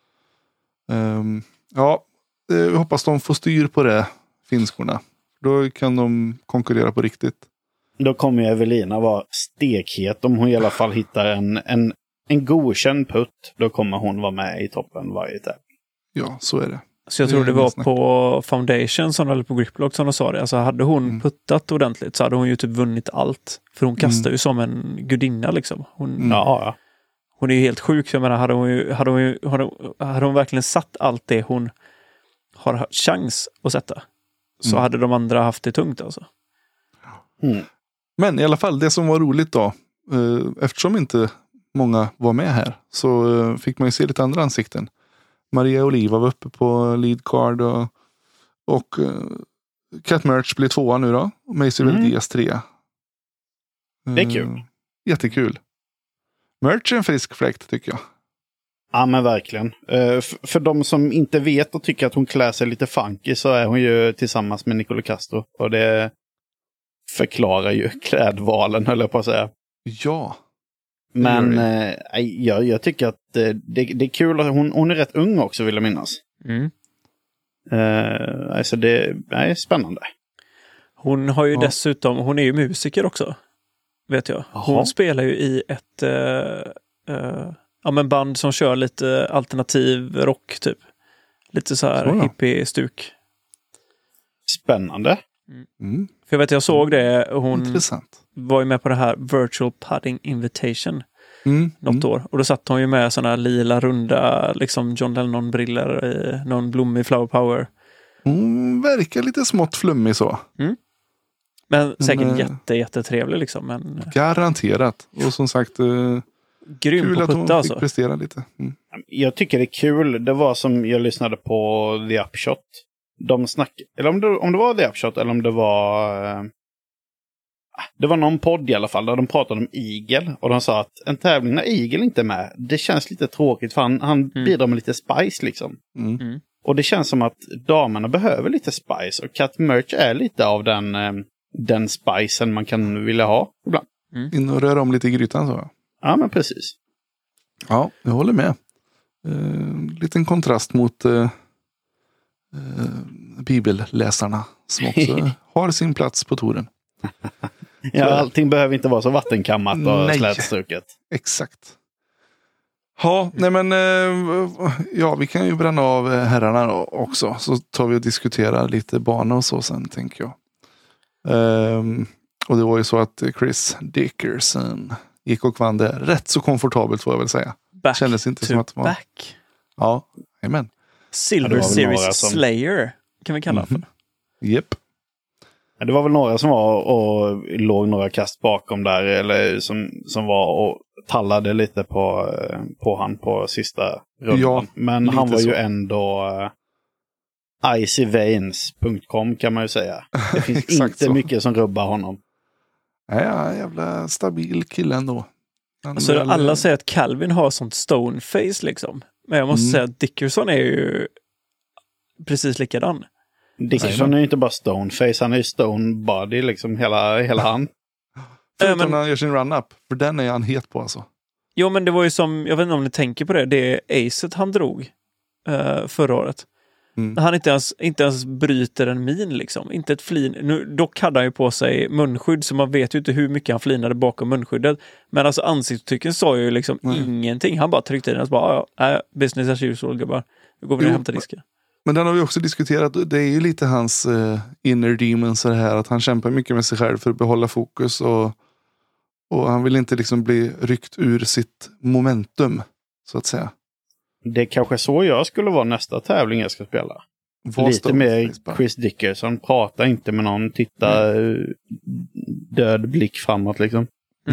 Jag hoppas de får styr på det, finskorna. Då kan de konkurrera på riktigt. Då kommer ju Evelina vara stekhet om hon i alla fall hittar en godkänd putt. Då kommer hon vara med i toppen varje tävling. Ja, så är det. Så jag tror det var på Foundation eller på Griplock som de sa det. Alltså hade hon puttat ordentligt så hade hon ju typ vunnit allt. För hon kastar ju som en gudinna liksom. Hon är ju helt sjuk. Jag menar, hade hon verkligen satt allt det hon har chans att sätta, så hade de andra haft det tungt alltså. Men i alla fall, det som var roligt då, eftersom inte många var med här, så fick man ju se lite andra ansikten. Maria Oliva var uppe på lead card och Cat Merch blir 2 nu då. Och Macy Diaz 3. Det är kul. Jättekul. Merch är en frisk fläkt tycker jag. Ja, men verkligen. För de som inte vet och tycker att hon klär sig lite funky, så är hon ju tillsammans med Nicolo Castro. Och det förklarar ju klädvalen, höll jag på att säga. Ja. Men jag tycker att det är kul. Hon är rätt ung också, vill jag minnas. Alltså det är spännande. Hon har ju dessutom, hon är ju musiker också, vet jag. Hon spelar ju i ett band som kör lite alternativ rock typ. Lite så här hippie-stuk. Spännande. För jag vet, jag såg det. Hon intressant. Var ju med på det här Virtual Putting Invitation. något år. Och då satt hon ju med såna lila runda liksom John Lennon-briller i någon blommig flower power. Hon verkar lite smått flummig så. Men säkert jättetrevlig liksom. Men... Garanterat. Och som sagt, grym kul på att hon putta, fick alltså. prestera lite. Jag tycker det är kul. Det var som jag lyssnade på The Upshot. De eller om det var The Upshot eller om det var... Det var någon podd i alla fall där de pratade om Eagle. Och de sa att en tävling när Eagle inte är med, det känns lite tråkigt för han bidrar med lite spice liksom. Och det känns som att damerna behöver lite spice. Och Cat Merch är lite av den spicen man kan vilja ha ibland. In och röra om lite i grytan så. Ja, men precis. Ja, jag håller med. Liten kontrast mot bibelläsarna som också har sin plats på touren. Ja, allting behöver inte vara så vattenkammat och slätstruket. Exakt. Ja, nej men ja, vi kan ju bränna av herrarna också. Så tar vi och diskuterar lite bana och så sen, tänker jag. Och det var ju så att Chris Dickerson gick och vann det rätt så komfortabelt, får jag väl säga. Back kändes inte som att det var... back. Ja, amen. Silver Series Slayer kan vi kalla för. Japp. Det var väl några som var och låg några kast bakom där, eller som var och tallade lite på han på sista rundan. Ja, men han var så. ju ändå icyveins.com kan man ju säga. Det finns inte så. mycket som rubbar honom. Ja, jävla stabil kille ändå. Så alla säger att Calvin har sånt stoneface liksom. Men jag måste säga att Dickerson är ju precis likadan. Dickerson är ju inte bara stoneface, han är ju stone body liksom hela han. Förutom när han gör sin run-up, för den är han het på alltså. Jo, men det var ju som, jag vet inte om ni tänker på det acet han drog förra året. Han inte ens bryter en min liksom, inte ett flin. Nu, dock hade han ju på sig munskydd, så man vet ju inte hur mycket han flinade bakom munskyddet. Men alltså ansiktsuttrycken sa ju liksom ingenting. Han bara tryckte i den och så bara, business as usual gubbar. Nu går vi ner och hämtar disken. Men den har vi också diskuterat. Det är ju lite hans inner demons det här. Att han kämpar mycket med sig själv för att behålla fokus. Och han vill inte liksom bli ryckt ur sitt momentum, så att säga. Det är kanske så jag skulle vara nästa tävling jag ska spela. Lite mer Chris Dickerson. Prata inte med någon. Titta död blick framåt liksom.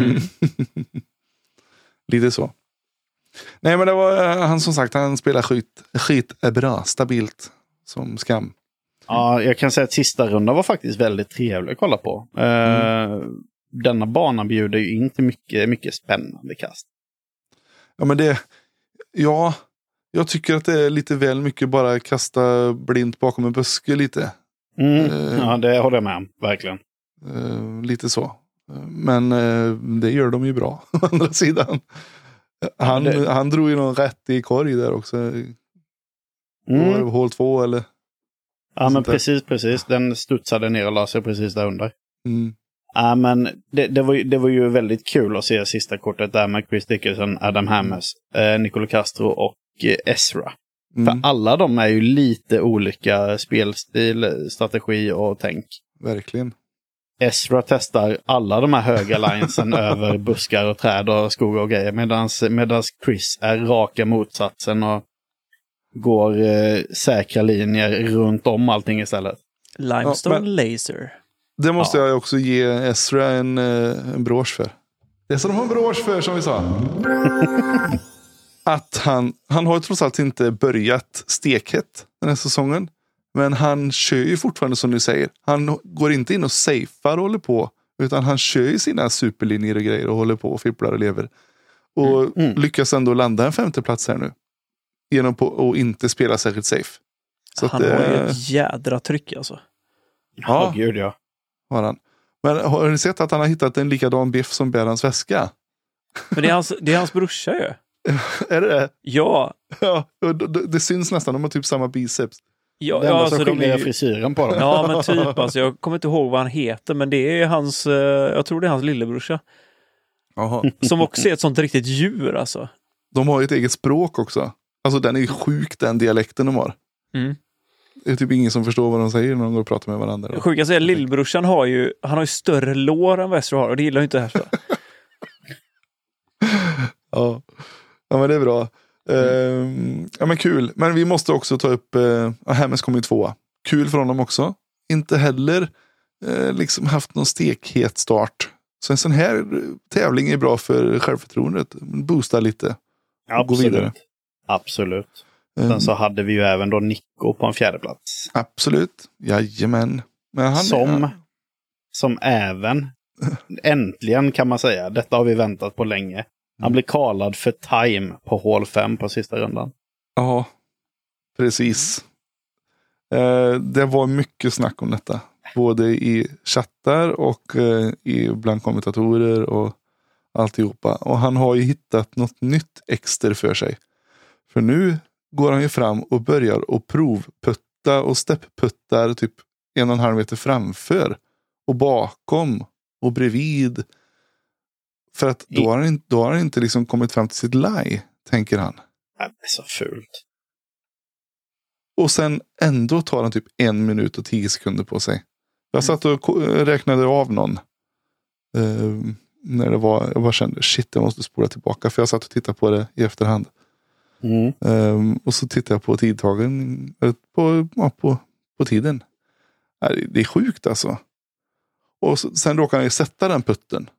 Lite så. Nej, men det var han som sagt, han spelar skit är bra, stabilt som skam. Ja, jag kan säga att sista rundan var faktiskt väldigt trevlig att kolla på. Denna banan bjuder ju in till mycket spännande kast. Ja, men jag tycker att det är lite väl mycket bara kasta blint bakom en buske lite. Ja, det håller jag med om, verkligen. Lite så. Men det gör de ju bra, å andra sidan. Han drog ju någon rätt i korg där också. Var det hål 2 eller? Ja, men precis. Den studsade ner och la sig precis där under. Ja, men det var ju väldigt kul att se sista kortet där med Chris Dickerson, Adam Hammers, Nicolo Castro och Ezra. För alla de är ju lite olika spelstil, strategi och tänk. Verkligen. Ezra testar alla de här höga linesen över buskar och träd och skog och grejer. Medan Chris är raka motsatsen och går säkra linjer runt om allting istället. Limestone laser. Det måste jag också ge Ezra en brosch för. Det är som de har en brosch för, som vi sa. Att han har trots allt inte börjat stekhet den här säsongen. Men han kör ju fortfarande som du säger. Han går inte in och safear och håller på. Utan han kör ju sina superlinjer och grejer och håller på och fipplar och lever. Och lyckas ändå landa en 5:e plats här nu. Genom att inte spela särskilt safe. Så han har ju ett jädra tryck alltså. Ja, gud ja. Har han. Men har ni sett att han har hittat en likadan biff som bär hans väska? Men det är hans brorsa ju. Är det? Ja. Ja, det syns nästan. De har typ samma biceps. Ja, alltså de är frisyren på dem. Ja, men typ alltså, jag kommer inte ihåg vad han heter, men det är hans, jag tror det är hans lillebrorsa. Aha. Som också är ett sånt riktigt djur alltså. De har ju ett eget språk också. Alltså den är ju sjuk, den dialekten de har. Det är typ ingen som förstår vad de säger när de går och pratar med varandra. Det sjuka är att lillbrorsan har ju större lår än Ezra har, och det gillar ju inte Ezra. Ja, men det är bra. Ja, men kul. Men vi måste också ta upp Hermes kom ju 2. Kul för honom också. Inte heller liksom haft någon stekhet start. Så en sån här tävling är bra för självförtroendet. Boosta lite. Absolut. Gå vidare. Absolut. Sen så hade vi ju även då Nico på en 4:e plats. Absolut. Jajamän. Men han som även äntligen kan man säga. Detta har vi väntat på länge. Han blir kallad för time på hål 5 på sista rundan. Ja, precis. Det var mycket snack om detta. Både i chattar och bland kommentatorer och alltihopa. Och han har ju hittat något nytt extra för sig. För nu går han ju fram och börjar att provputta och stepputtar typ 1,5 meter framför. Och bakom och bredvid. För att då har han inte liksom kommit fram till sitt lie, tänker han. Det är så fult. Och sen ändå tar han typ 1 minut och 10 sekunder på sig. Jag satt och räknade av någon. När det var, jag bara kände, shit, jag måste spola tillbaka. För jag satt och tittade på det i efterhand. Och så tittade jag på tidtagen. På tiden. Det är sjukt alltså. Och sen råkar han ju sätta den putten.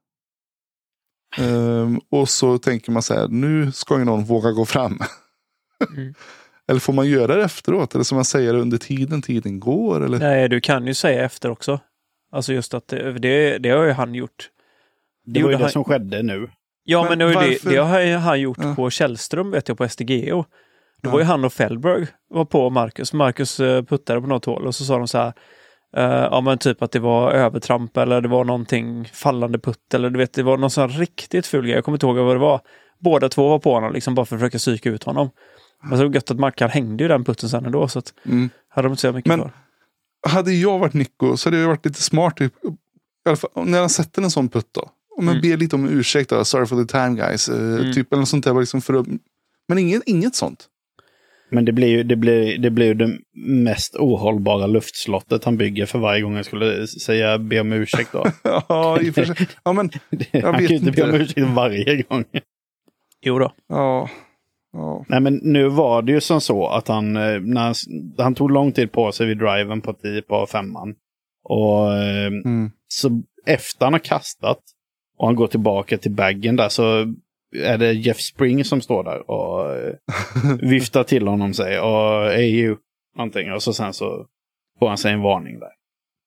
Och så tänker man så här, nu ska ju någon våga gå fram. Eller får man göra det efteråt? Eller som man säger under tiden går? Eller? Nej, du kan ju säga efter också. Alltså just att det har ju han gjort. Det var ju det som skedde nu. Ja, men det har han gjort på Källström, vet jag, på SDGO. Då var ju han och Fellberg var på Marcus. Marcus puttade på något hål och så sa de så här, ja men typ att det var övertramp eller det var någonting fallande putt eller du vet, det var någon sån riktigt ful grej. Jag kommer inte ihåg vad det var. Båda två var på honom liksom bara för att försöka psyka ut honom. Men så gött att Mackan hängde ju den putten sen ändå så att hade de inte så mycket för. Hade jag varit Nico så hade jag varit lite smart typ, i alla fall, när han sätter en sån putt då. Om man ber lite om ursäkt då, sorry for the time guys, typ eller något sånt där liksom för att, men inget sånt. Men det blir ju det mest ohållbara luftslottet han bygger för varje gång jag skulle be om ursäkt då. Ja, i och för sig. Ja, men han kan ju inte be om ursäkt varje gång. Jo då. Ja. Nej, men nu var det ju som så att han tog lång tid på sig vid driven på 10 på 5:an. Och så efter han har kastat och han går tillbaka till baggen där så är det Jeff Spring som står där och viftar till honom sig och EU någonting och så sen så får han sig en varning där.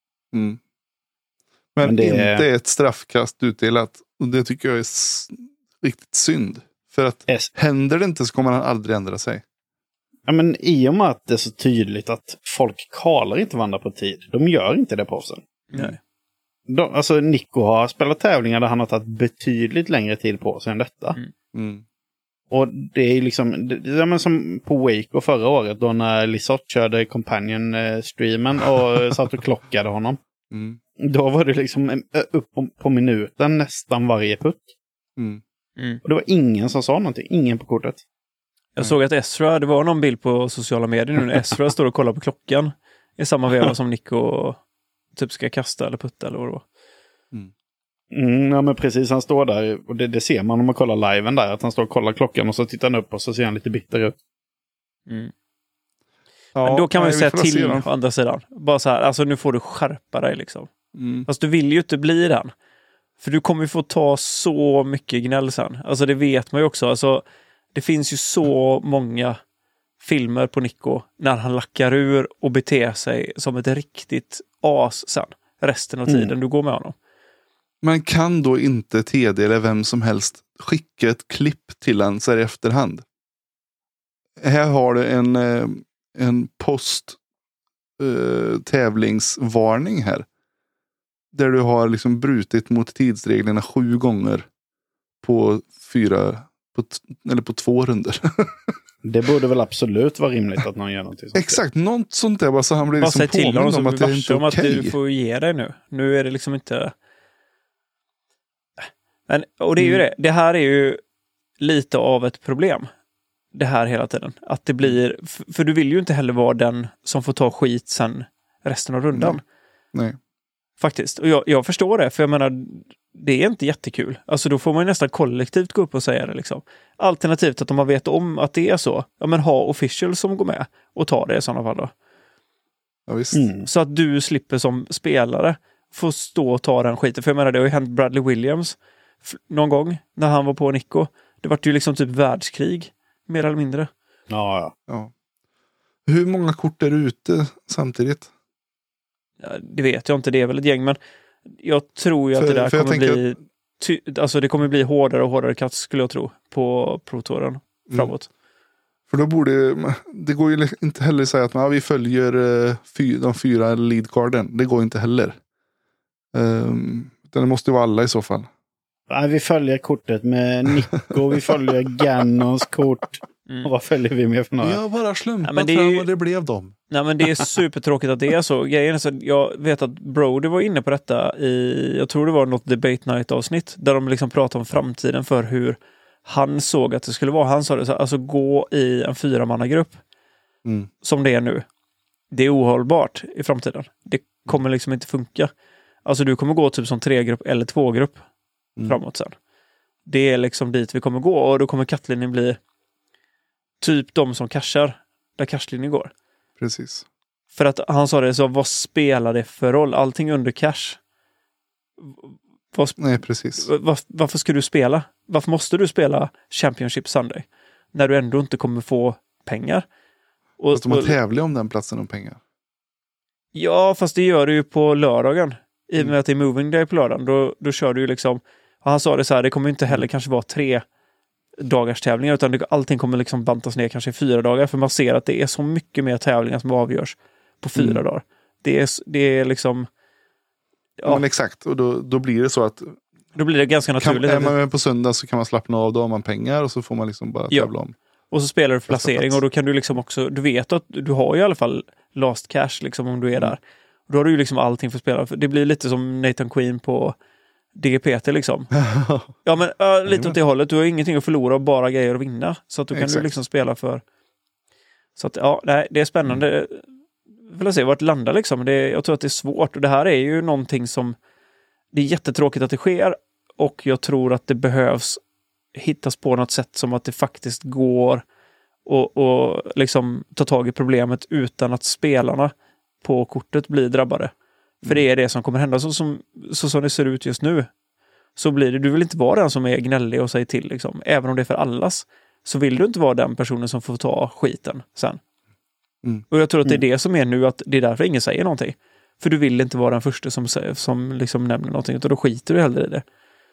Men det inte ett straffkast utdelat och det tycker jag är riktigt synd. För att händer det inte så kommer han aldrig ändra sig. Ja, men i och med att det är så tydligt att folk kallar inte varandra på tid. De gör inte det på oss. Nej. Alltså Nico har spelat tävlingar där han har tagit betydligt längre tid på sig än detta. Och det är liksom men som på Waco förra året då när Lisotte körde Companion-streamen och satt och klockade honom. Då var det liksom upp på minuten nästan varje putt. Och det var ingen som sa någonting. Ingen på kortet. Jag såg att Ezra, det var någon bild på sociala medier nu när Ezra står och kollar på klockan i samma veva som Nico typ ska kasta eller putta eller vad det var. Ja men precis, han står där och det ser man om man kollar liven där att han står och kollar klockan och så tittar han upp och så ser han lite bitter ut. Ja, men då kan man ju säga till på andra sidan. Bara så här, alltså nu får du skärpa dig liksom. Fast du vill ju inte bli den. För du kommer ju få ta så mycket gnäll sen. Alltså det vet man ju också. Alltså, det finns ju så många filmer på Nico när han lackar ur och beter sig som ett riktigt as sen. Resten av tiden du går med honom. Man kan då inte TD eller vem som helst skicka ett klipp till han så här i efterhand. Här har du en tävlingsvarning här. Där du har liksom brutit mot tidsreglerna 7 gånger på 2 runder. Det borde väl absolut vara rimligt att någon gör någonting sånt. Exakt, något sånt där bara så han blir liksom påmind om att det är inte okej. Att du får ge dig nu. Nu är det liksom inte... Men, och det är ju det. Det här är ju lite av ett problem. Det här hela tiden. Att det blir... För du vill ju inte heller vara den som får ta skit sen resten av rundan. Nej. Faktiskt. Och jag förstår det. För jag menar, det är inte jättekul. Alltså då får man ju nästan kollektivt gå upp och säga det liksom. Alternativt att om man vet om att det är så, ja men ha officials som går med och ta det i sådana fall då. Ja, visst. Så att du slipper som spelare få stå och ta den skiten. För jag menar, det har ju hänt Bradley Williams någon gång när han var på Nico. Det var ju liksom typ världskrig, mer eller mindre. Ja. Hur många kort är du ute samtidigt? Ja, det vet jag inte, det är väl ett gäng, men jag tror ju att det där kommer bli alltså det kommer bli hårdare och hårdare kast skulle jag tro på Pro-touren framåt. För då borde det går ju inte heller säga att vi följer de 4 leadcarden. Det går inte heller. Det måste ju vara alla i så fall. Nej, vi följer kortet med Nico, vi följer Gannons kort. Och vad följer vi med för några? Jag har bara slumpat fram och det blev dem. Nej, men det är supertråkigt att det är så. Grejen är så att jag vet att Brody var inne på detta i, jag tror det var något Debate Night-avsnitt, där de liksom pratade om framtiden för hur han såg att det skulle vara. Han sa det så, alltså gå i en 4-mannagrupp som det är nu. Det är ohållbart i framtiden. Det kommer liksom inte funka. Alltså du kommer gå typ som 3-grupp eller 2-grupp framåt sen. Det är liksom dit vi kommer gå, och då kommer kattlinjen bli typ de som cashar där cashlinjen går. Precis. För att han sa det så, vad spelar det för roll? Allting under cash. Nej, precis. Varför ska du spela? Varför måste du spela Championship Sunday? När du ändå inte kommer få pengar. Fast de har tävlat om den platsen om pengar. Ja, fast det gör du ju på lördagen. I och med att det är moving day på lördagen. Då kör du ju liksom. Han sa det så här, det kommer inte heller kanske vara 3 dagars tävlingar, utan allting kommer liksom bantas ner kanske i 4 dagar, för man ser att det är så mycket mer tävlingar som avgörs på 4 dagar. Det är liksom men exakt, och då blir det så att då blir det ganska naturligt. Är man med på söndag så kan man slappna av, då har man pengar och så får man liksom bara tävla om. Och så spelar du för placering, och då kan du liksom också, du vet att du har ju i alla fall last cash liksom om du är där. Och då har du ju liksom allting för att spela. Det blir lite som Nathan Queen på DGPT liksom. Ja, men lite åt det hållet. Du har ingenting att förlora och bara grejer att vinna. Så att du kan du liksom spela för. Så att det är spännande. Vi får se vart det landar liksom. Jag tror att det är svårt. Och det här är ju någonting som, det är jättetråkigt att det sker. Och jag tror att det behövs hittas på något sätt som att det faktiskt går och liksom ta tag i problemet utan att spelarna på kortet blir drabbade. För det är det som kommer hända. Så som det ser ut just nu, så blir det, du vill inte vara den som är gnällig och säger till liksom. Även om det är för allas, så vill du inte vara den personen som får ta skiten sen. Och jag tror att det är det som är nu, att det är därför ingen säger någonting. För du vill inte vara den första som liksom nämner någonting, utan då skiter du hellre i det.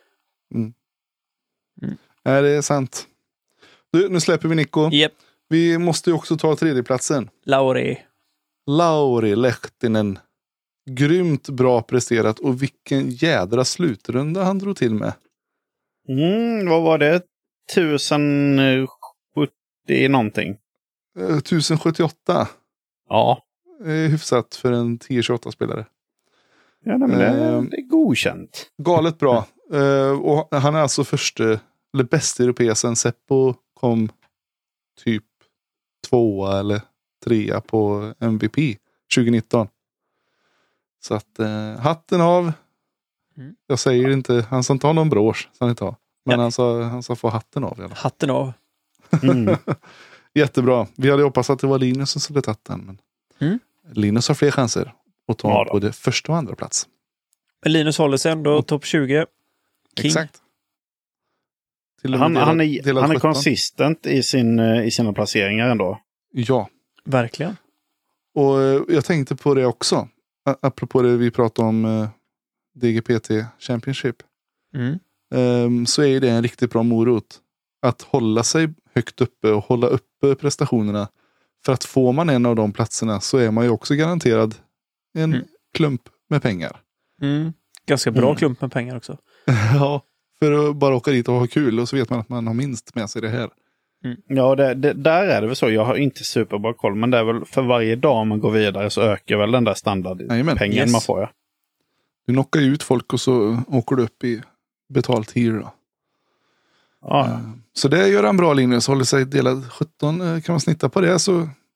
Nej, det är sant. Nu släpper vi Nico. Yep. Vi måste ju också ta 3:e-platsen. Lauri Lehtinen. Grymt bra presterat, och vilken jädra slutrunda han drog till med. Vad var det? 1070 någonting. 1078. Ja. Hyfsat för en 1028-spelare. Ja, men det är godkänt. Galet bra. Och han är alltså bästa europé sen Seppo kom typ 2 eller 3 på MVP 2019. Så att hatten av. Jag säger inte, han sa inte ha någon brosch, sa han inte ha. Men han sa få hatten av. Eller? Hatten av. Jättebra. Vi hade hoppats att det var Linus som skulle tagit den. Men Linus har fler chanser att ta både första och andra plats. Men Linus håller sig ändå topp 20. King. Exakt. Han är konsistent i sina placeringar ändå. Ja. Verkligen. Och jag tänkte på det också. Apropå det vi pratade om DGPT Championship. Så är det en riktigt bra morot. Att hålla sig högt uppe och hålla uppe prestationerna. För att får man en av de platserna så är man ju också garanterad en klump med pengar. Ganska bra klump med pengar också. Ja, för att bara åka dit och ha kul, och så vet man att man har minst med sig det här. Ja, där är det väl så. Jag har inte superbra koll, men det är väl för varje dag man går vidare så ökar väl den där standardpengen man får. Ja. Du knockar ut folk och så åker du upp i betalt hyr då. Ja. Så det gör en bra linje, så håller sig delad 17, kan man snitta på det så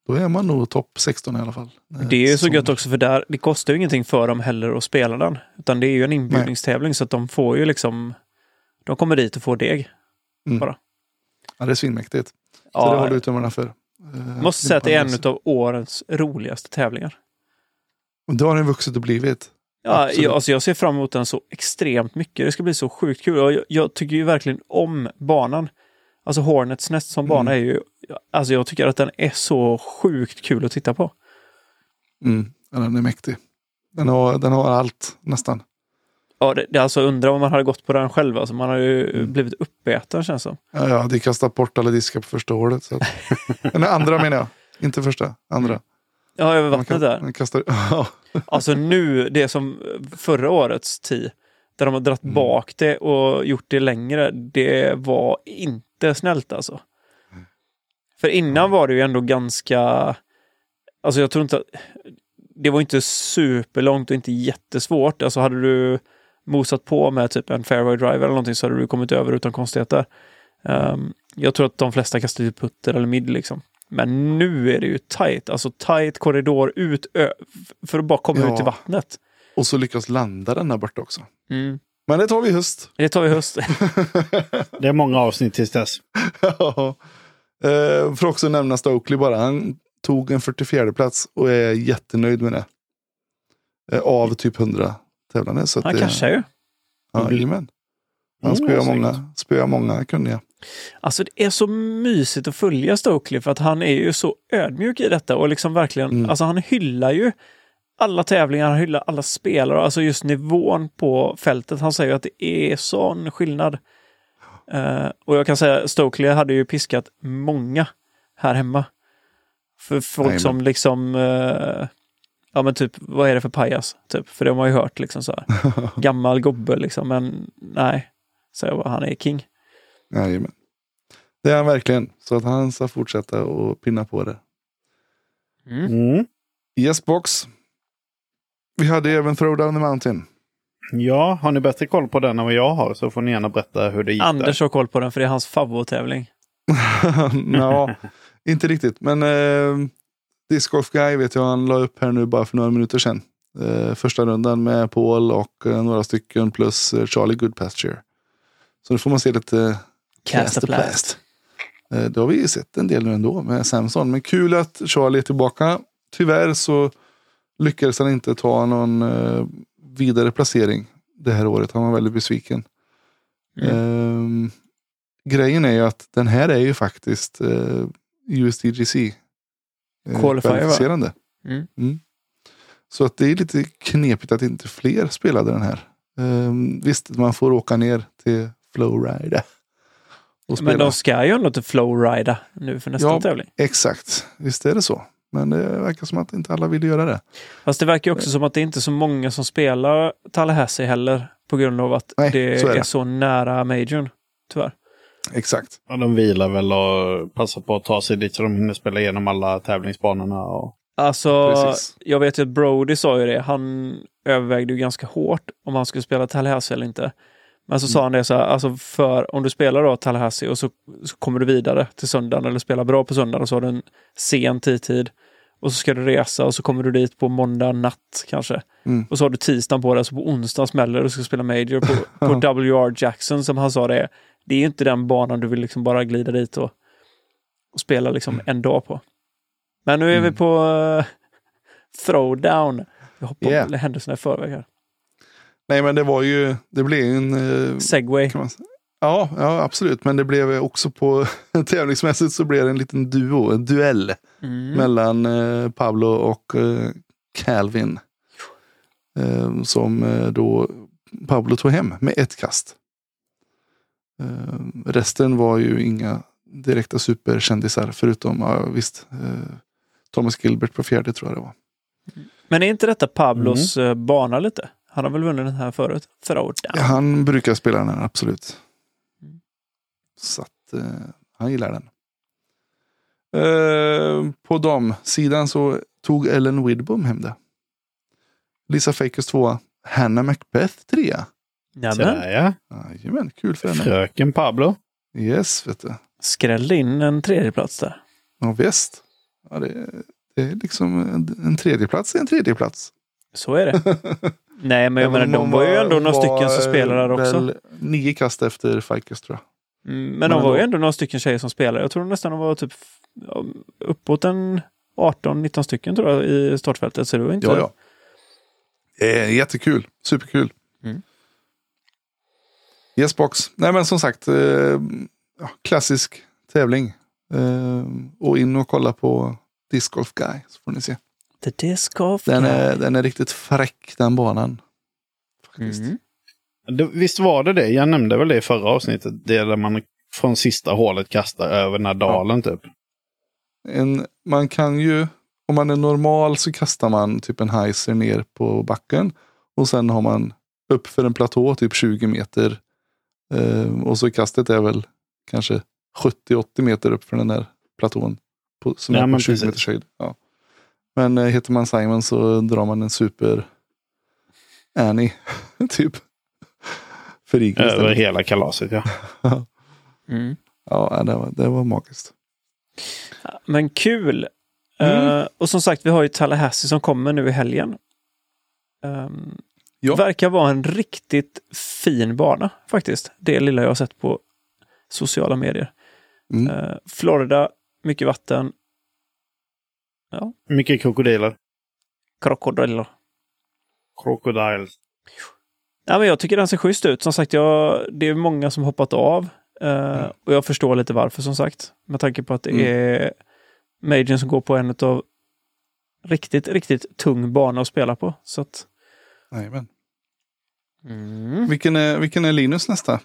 Då är man nog topp 16 i alla fall. Det är ju så gött också, för där, det kostar ju ingenting för dem heller att spela den. Utan det är ju en inbjudningstävling, så att de får ju liksom... De kommer dit och får deg. Bara. Ja, det är svinmäktigt. Så ja, det håller tummarna för. Måste säga att det är en av årens roligaste tävlingar. Och då har den vuxit och blivit. Ja, jag ser fram emot den så extremt mycket. Det ska bli så sjukt kul. Och jag tycker ju verkligen om banan. Alltså Hornets Nest som bana är ju... Alltså jag tycker att den är så sjukt kul att titta på. Ja, den är mäktig. Den har allt, nästan. Ja, det alltså undrar om man hade gått på den själv. Alltså man har ju blivit uppäten, känns som. Ja, de kastat bort alla diskar på första hålet. Så att... Nej, andra menar jag. Inte första, andra. Ja, över vattnet där. Man kastar... Alltså nu, det som förra årets 10, där de har dratt bak det och gjort det längre, det var inte snällt alltså. För innan var det ju ändå ganska... Alltså jag tror inte att... Det var inte superlångt och inte jättesvårt. Alltså hade du mosat på med typ en fairway driver eller någonting, så hade du kommit över utan konstigheter. Jag tror att de flesta kastar typ putter eller mid liksom. Men nu är det ju tight. Alltså tight korridor ut för att bara komma ut till vattnet. Och så lyckas landa den här borta också. Men det tar vi i höst. Det är många avsnitt tills dess. Ja. För också nämna Stokely bara. Han tog en 44:e plats och är jättenöjd med det. Av typ 100 tävlande. Så han kanske ju. Ja, jajamän. Han spöar många kunniga. Alltså det är så mysigt att följa Stokely, för att han är ju så ödmjuk i detta och liksom verkligen, alltså han hyllar ju alla tävlingar, han hyllar alla spelare, alltså just nivån på fältet. Han säger att det är sån skillnad. Och jag kan säga, Stokely hade ju piskat många här hemma. För folk som liksom ja men typ, vad är det för pajas? Typ, för det har man ju hört liksom så här. Gammal gobbe liksom, men nej. Så jag bara, han är king. Jajamän. Det är han verkligen. Så att han ska fortsätta och pinna på det. Yes, box. Vi hade även Throw Down the Mountain. Ja, har ni bättre koll på den än vad jag har, så får ni gärna berätta hur det gick. Anders har koll på den, för det är hans favorittävling. Ja, inte riktigt. Men Disc Golf Guy vet jag, han la upp här nu bara för några minuter sedan. Första rundan med Paul och några stycken plus Charlie Goodpasture. Så nu får man se lite Castaplast. Det har vi ju sett en del nu ändå med Samson. Men kul att Charlie är tillbaka. Tyvärr så lyckades han inte ta någon vidare placering det här året. Han var väldigt besviken. Grejen är ju att den här är ju faktiskt USDGC kvalificerande. Så att det är lite knepigt att inte fler spelade den här. Visst, man får åka ner till Flowride och spela. Men de ska ju ändå till Flowride nu för nästa tävling. Exakt, visst är det så. Men det verkar som att inte alla vill göra det. Fast det verkar ju också som att det inte är så många som spelar Tallahassee heller, på grund av att det är så nära majorn, tyvärr. Exakt. Ja, de vilar väl och passar på att ta sig dit så de hinner spela igenom alla tävlingsbanorna. Och... Alltså, jag vet ju att Brody sa ju det. Han övervägde ju ganska hårt om han skulle spela Tallahassee eller inte. Men så sa han det så här, alltså för om du spelar då Tallahassee och så kommer du vidare till söndagen eller spelar bra på söndagen och så har du en sen tid och så ska du resa och så kommer du dit på måndag natt kanske. Och så har du tisdagen på det, så på onsdagen smäller du och ska spela major på W.R. Jackson, som han sa det. Det är ju inte den banan du vill liksom bara glida dit och spela liksom en dag på. Men nu är vi på Throwdown. Jag hoppar händelserna i förväg här. Nej, men det blev ju en... segway. Ja, absolut. Men det blev också på tävlingsmässigt så blev det en liten duell mellan Pablo och Calvin. Som då Pablo tog hem med ett kast. Resten var ju inga direkta superkändisar förutom, Thomas Gilbert på fjärde tror jag det var. Men är inte detta Pablos bana lite? Han har väl vunnit den här förut? Throwdown. Ja, han brukar spela den här, absolut. Så att han gillar den. På damsidan så tog Ellen Widbom hem det. Lisa Fakers 2. Hannah Macbeth 3. Jajamän, kul för henne. Fröken Pablo. Yes, vet du. Skrällde in en tredje plats där. Ja, visst. Ja, det är liksom en tredjeplats är en tredjeplats. Så är det. Nej, men jag menar, de var ju ändå några stycken som spelade där också. 9 kast efter Fikes, tror jag. Men de var ju ändå några stycken tjejer som spelade. Jag tror nästan de var typ uppåt en 18-19 stycken tror jag i startfältet. Så det var inte... Ja. Jättekul. Superkul. Yes box. Nej, men som sagt, klassisk tävling. Och in och kolla på Disc Golf Guy, så får ni se. The Disc Golf Guy. Den är riktigt fräck, den banan. Faktiskt. Visst var det? Jag nämnde väl det i förra avsnittet. Det där man från sista hålet kastar över den här dalen typ. Man kan ju, om man är normal så kastar man typ en heiser ner på backen. Och sen har man upp för en platå typ 20 meter. Och så kastet är väl kanske 70-80 meter upp för den där platån. Som är på 20 meters höjd. Ja. Men heter man Simon så drar man en super Annie typ. Över hela kalaset, ja. Ja, det var magiskt. Men kul. Och som sagt, vi har ju Tallahassee som kommer nu i helgen. Verkar vara en riktigt fin bana faktiskt. Det lilla jag har sett på sociala medier. Florida, mycket vatten. Ja. Mycket krokodiler. Crocodiles. Ja, men jag tycker den ser schysst ut. Som sagt, det är många som hoppat av. Och jag förstår lite varför, som sagt. Med tanke på att det är Majorn som går på en av riktigt, riktigt tung bana att spela på. Så att... Jajamän. Vilken är Linus nästa?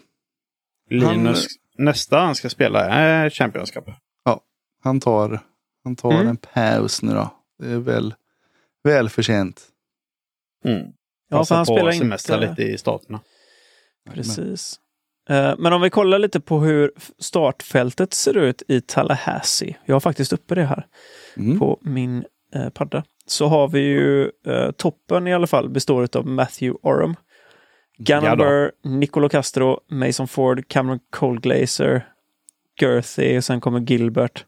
Nästa han ska spela är Champions Cup. Ja, han tar en paus nu då. Det är väl förtjänt. Ja, för han spelar semester lite i staterna. Precis. Men om vi kollar lite på hur startfältet ser ut i Tallahassee. Jag har faktiskt uppe det här på min padda. Så har vi ju toppen i alla fall består av Matthew Oram, Gannon Buhr, Nicolo Castro, Mason Ford, Cameron Coldglazer, Girthy och sen kommer Gilbert.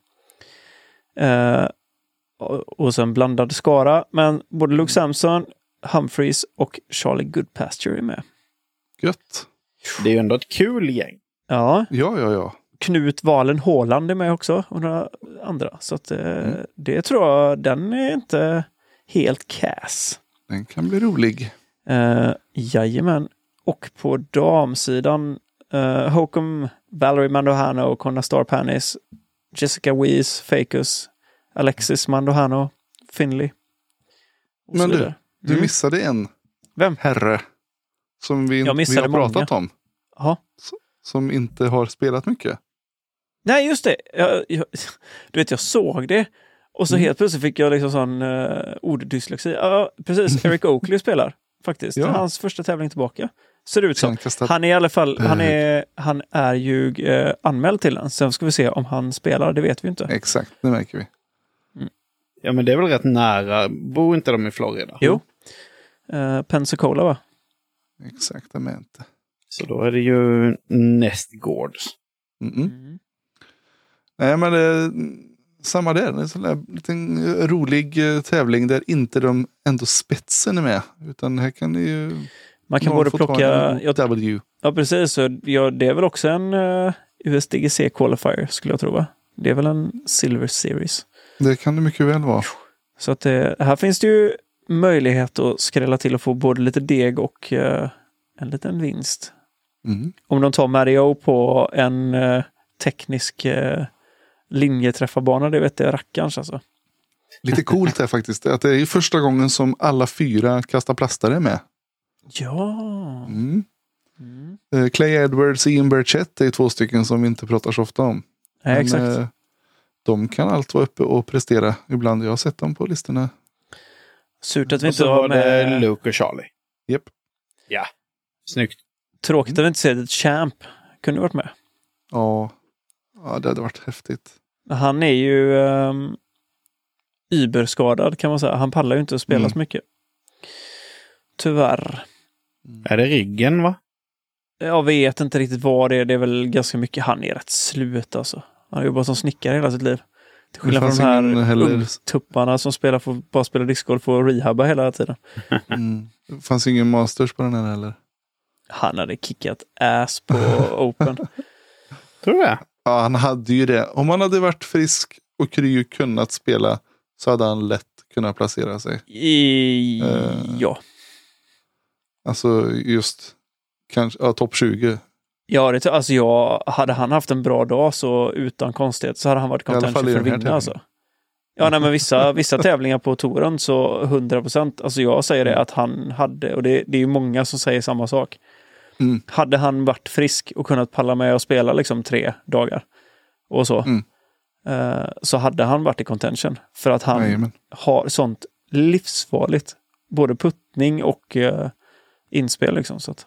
Och sen blandad skara. Men både Luke Sampson, Humphreys och Charlie Goodpasture är med. Gött. Det är ju ändå ett kul gäng. Ja. Ja. Knut Valen Håland är med också och några andra. Så att det tror jag, den är inte helt kass. Den kan bli rolig. Jajamän. Och på damsidan Hokum, Valerie Mandohano, Conna Starpanis, Jessica Weiss, Fakus, Alexis Mandohano, Finley. Men du missade en. Vem? Herre. Som vi har pratat om. Aha. Som inte har spelat mycket. Nej, just det. Du vet, jag såg det. Och så helt plötsligt fick jag liksom sån orddyslexi. Ja, precis. Eric Oakley spelar faktiskt. Ja. Hans första tävling tillbaka. Ser det ut som. Han är i alla fall, han är ju anmäld till den. Sen ska vi se om han spelar, det vet vi inte. Exakt, det märker vi. Ja, men det är väl rätt nära. Bor inte de i Florida? Jo. Pensacola, va? Exaktamente. Så då är det ju nästgårds. Nej, men samma där. Det är en sån där liten rolig tävling där inte de ändå spetsen är med. Utan här kan det ju... Man kan både plocka... W. Ja, precis. Så, det är väl också en USDGC qualifier, skulle jag tro, va? Det är väl en Silver Series. Det kan det mycket väl vara. Så att här finns det ju möjlighet att skrälla till och få både lite deg och en liten vinst. Om de tar Mario på en teknisk linjeträffarbana, det vet jag rackarns alltså. Lite coolt här faktiskt. Att det är första gången som alla 4 kastar plastare med. Ja. Clay Edwards och Ian Burchett är 2 stycken som vi inte pratar så ofta om. Ja, exakt. De kan allt vara uppe och prestera ibland. Jag har sett dem på listorna. Surt att vi inte var med Luke och Charlie. Japp. Ja, snyggt. Tråkigt att vi inte ser ett Champ kunde varit med. Ja, det hade varit häftigt. Han är ju überskadad kan man säga. Han pallar ju inte att spela så mycket. Tyvärr. Är det ryggen, va? Jag vet inte riktigt vad det är. Det är väl ganska mycket. Han är rätt slut alltså. Han har jobbat som snickare hela sitt liv. Till skillnad från de här ungtupparna som bara spelar discgolf och rehabba hela tiden. Det fanns ingen masters på den här heller. Han hade kickat ass på Open. Tror du det? Ja, han hade ju det. Om han hade varit frisk och kry och kunnat spela så hade han lätt kunnat placera sig. Ja. Alltså just kanske topp 20. Ja, hade han haft en bra dag så utan konstighet så hade han varit contention för att vinna alltså. Ja, nej, men vissa tävlingar på touren så 100%. Alltså jag säger det att han hade, och det är ju många som säger samma sak. Hade han varit frisk och kunnat palla med och spela liksom 3 dagar och så. Så hade han varit i contention. För att han har sånt livsfarligt. Både puttning och inspel liksom. Så att.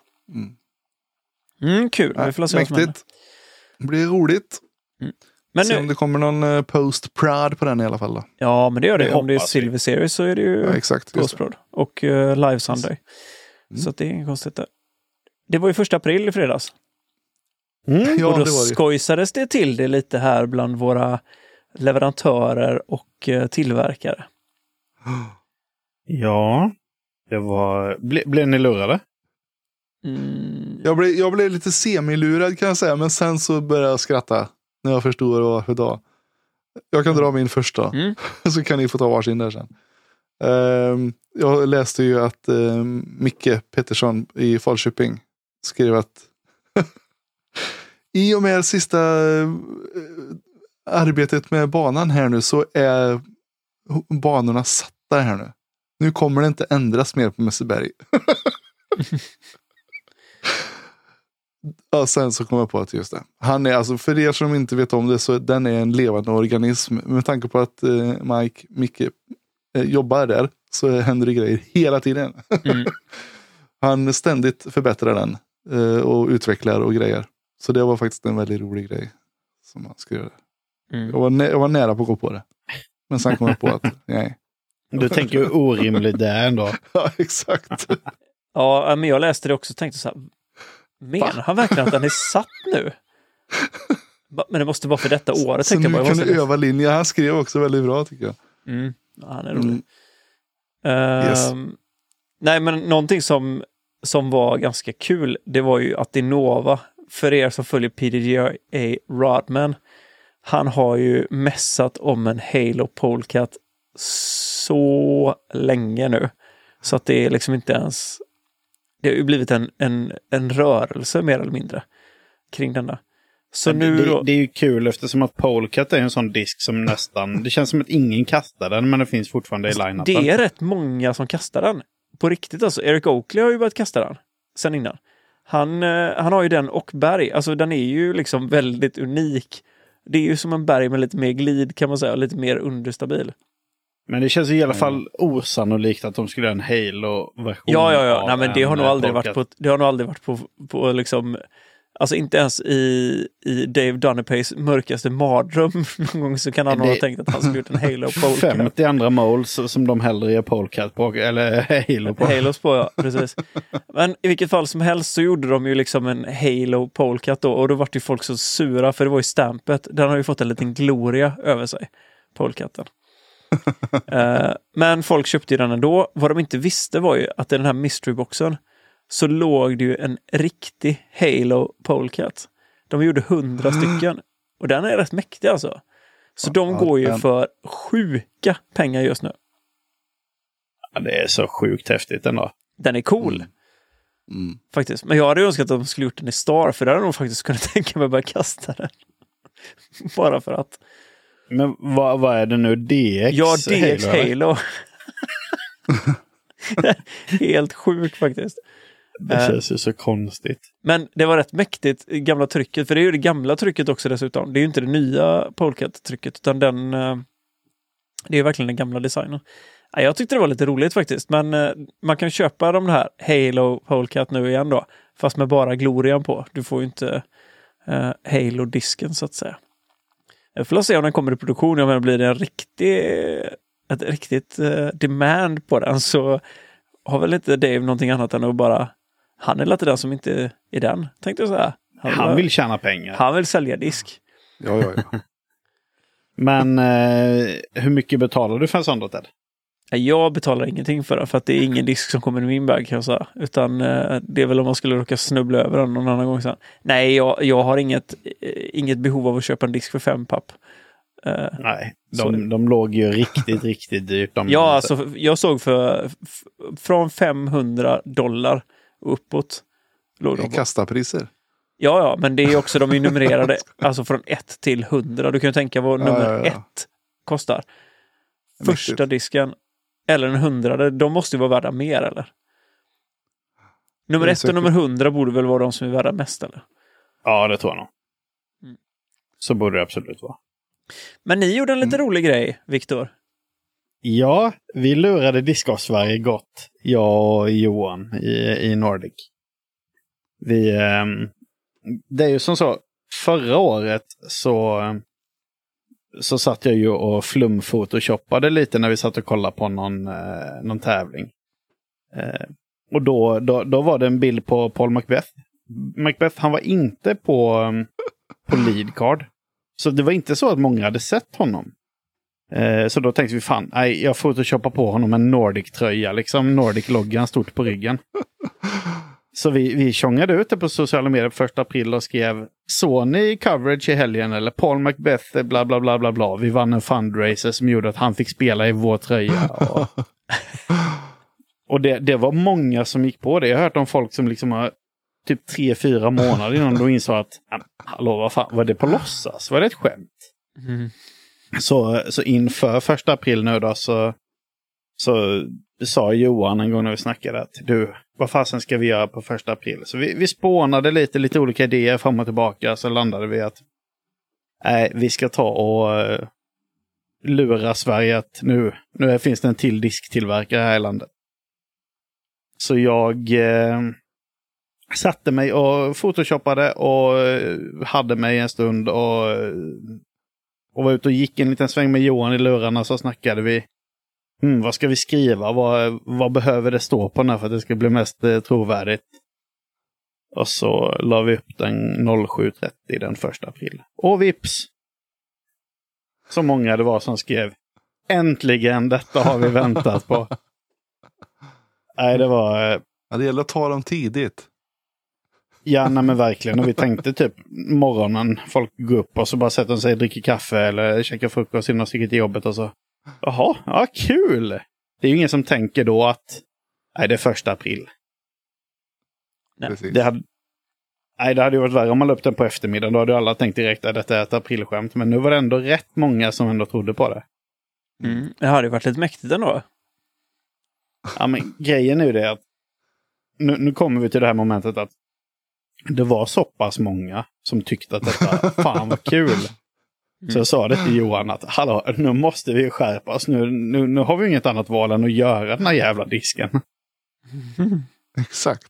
Kul. Vi får se mäktigt. Det blir roligt. Men se om det kommer någon post-prod på den i alla fall då. Ja, men det gör det. Om det är Silver Series så är det ju post-prod. Och Live Sunday. Så att det är inget konstigt där. Det var ju 1 april i fredags. Ja, och då skojsades det till det lite här bland våra leverantörer och tillverkare. Ja, det var... Blev ni lurade? Jag blev lite semilurad kan jag säga, men sen så började jag skratta när jag förstod vad det var för dag. Jag kan dra min första, så kan ni få ta varsin där sen. Jag läste ju att Micke Pettersson i Falköping skrev att i och med sista arbetet med banan här nu så är banorna satta här nu. Nu kommer det inte ändras mer på Mösseberg. Ja, sen så kom jag på att just det. Han är alltså, för er som inte vet om det, så den är en levande organism. Med tanke på att Micke jobbar där så händer det grejer hela tiden. Han ständigt förbättrar den och utvecklar och grejer. Så det var faktiskt en väldigt rolig grej som han skulle göra. Jag var nära på att gå på det. Men sen kom jag på att nej. Du tänker ju orimligt där ändå. Ja, exakt. Ja, men jag läste det också och tänkte så här, menar han verkligen att den är satt nu? Men det måste vara för detta året. Så nu kan du öva linje. Han skrev också väldigt bra tycker jag. Ja, han är rolig. Nej, men någonting som var ganska kul, det var ju att Innova, för er som följer PDGA Rodman, han har ju mässat om en Halo Polecat så länge nu. Så att det är liksom inte ens... Det har ju blivit en rörelse mer eller mindre kring denna. Så nu det är ju kul eftersom att Polecat är en sån disk som nästan... Det känns som att ingen kastar den, men det finns fortfarande i line-upen. Det är rätt många som kastar den. På riktigt alltså. Eric Oakley har ju börjat kasta den sen innan. Han har ju den och berg. Alltså den är ju liksom väldigt unik. Det är ju som en berg med lite mer glid kan man säga. Lite mer understabil. Men det känns i alla fall osannolikt att de skulle ha en Halo-version. Ja. Nej, men det har nog aldrig varit på liksom... Alltså inte ens i Dave Dunepays mörkaste mardröm någon gång så kan han ha tänkt att han skulle gjort en Halo Polecat. 50 andra moles som de hellre ger Polecat på, eller Halo på. Halos på, ja, precis. Men i vilket fall som helst så gjorde de ju liksom en Halo Polecat då, och då var det ju folk så sura för det var ju stampet. Den har ju fått en liten gloria över sig, Polecaten. Men folk köpte ju den ändå. Vad de inte visste var ju att i den här mysteryboxen så låg det ju en riktig Halo Polecat. De gjorde 100 stycken. Och den är rätt mäktig alltså. Så de går ju för sjuka pengar just nu. Ja, det är så sjukt häftigt ändå. Den är cool. Faktiskt. Men jag hade önskat att de skulle gjort den i Star. För där hade de faktiskt kunnat tänka mig att börja kasta den. Bara för att. Men vad är det nu? DX? Ja, DX Halo. Helt sjukt faktiskt. Det känns ju så konstigt. Men det var rätt mäktigt, gamla trycket. För det är ju det gamla trycket också dessutom. Det är ju inte det nya Polecat-trycket. Utan det är verkligen den gamla designen. Jag tyckte det var lite roligt faktiskt. Men man kan köpa de här Halo Polecat nu igen då. Fast med bara glorian på. Du får ju inte Halo-disken så att säga. Jag får se om den kommer i produktion. Om det blir ett riktigt demand på den, så har väl inte Dave någonting annat än att bara... Han är lite den som inte är den, tänkte jag säga. Han vill tjäna pengar. Han vill sälja disk. Ja. Men hur mycket betalar du för en sån då, Ted? Jag betalar ingenting för att det är ingen disk som kommer i min bag, kan jag säga. Utan det är väl om man skulle råka snubbla över den någon annan gång sen. Nej, jag har inget behov av att köpa en disk för 5 papp. Nej, de låg ju riktigt dyrt. Ja, alltså jag såg från $500 och uppåt. Låg de på. Kastapriser. Ja, men det är också, de är numrerade alltså från 1 till 100. Du kan ju tänka vad nummer 1 kostar. Första disken eller en 100, de måste ju vara värda mer, eller? Nummer 1 och nummer 100 borde väl vara de som är värda mest, eller? Ja, det tror jag nog. Så borde det absolut vara. Men ni gjorde en lite rolig grej, Viktor. Ja, vi lurade Disc Off Sverige gott. Jag och Johan i Nordic. Det är ju som så, förra året så satt jag ju och flumphotoshoppade lite när vi satt och kollade på någon tävling. Och då var det en bild på Paul Macbeth. Macbeth, han var inte på lead card. Så det var inte så att många hade sett honom. Så då tänkte vi, fan, jag photoshoppar på honom en Nordic-tröja. Liksom Nordic-loggan stort på ryggen. Så vi tjongade ut det på sociala medier på 1 april och skrev Sony coverage i helgen eller Paul Macbeth bla bla bla bla bla. Vi vann en fundraiser som gjorde att han fick spela i vår tröja. Och det var många som gick på det. Jag har hört om folk som liksom har typ 3-4 månader innan de insåg att hallå, vad fan, var det på låtsas? Var det ett skämt? Mm. Så inför 1 april nu då så sa Johan en gång när vi snackade att du, vad fasen ska vi göra på 1 april? Så vi spånade lite olika idéer fram och tillbaka, så landade vi att vi ska ta och lura Sverige att nu finns det en till disktillverkare här i landet. Så jag satte mig och photoshoppade och hade mig en stund och var ute och gick en liten sväng med Johan i lurarna, så snackade vi. Vad ska vi skriva? Vad behöver det stå på den för att det ska bli mest trovärdigt? Och så la vi upp den 07.30 den 1 april. Och vips! Så många det var som skrev äntligen, detta har vi väntat på. Nej, det var... Ja, det gäller att ta dem tidigt. Ja, nej, men verkligen. Och vi tänkte typ morgonen, folk går upp och så bara sätter sig och dricker kaffe eller käkar frukost innan de sticker till jobbet och så. Jaha, ja, kul! Det är ju ingen som tänker då att det är 1 april. Det hade ju varit värre om man la upp den på eftermiddagen. Då hade alla tänkt direkt att detta är ett aprilskämt. Men nu var det ändå rätt många som ändå trodde på det. Det hade varit lite mäktigt ändå. Ja, men grejen är ju det att nu kommer vi till det här momentet att det var så pass många som tyckte att detta fan var kul. Så jag sa det till Johan att hallå, nu måste vi skärpa oss. Nu har vi inget annat val än att göra den här jävla disken. Exakt.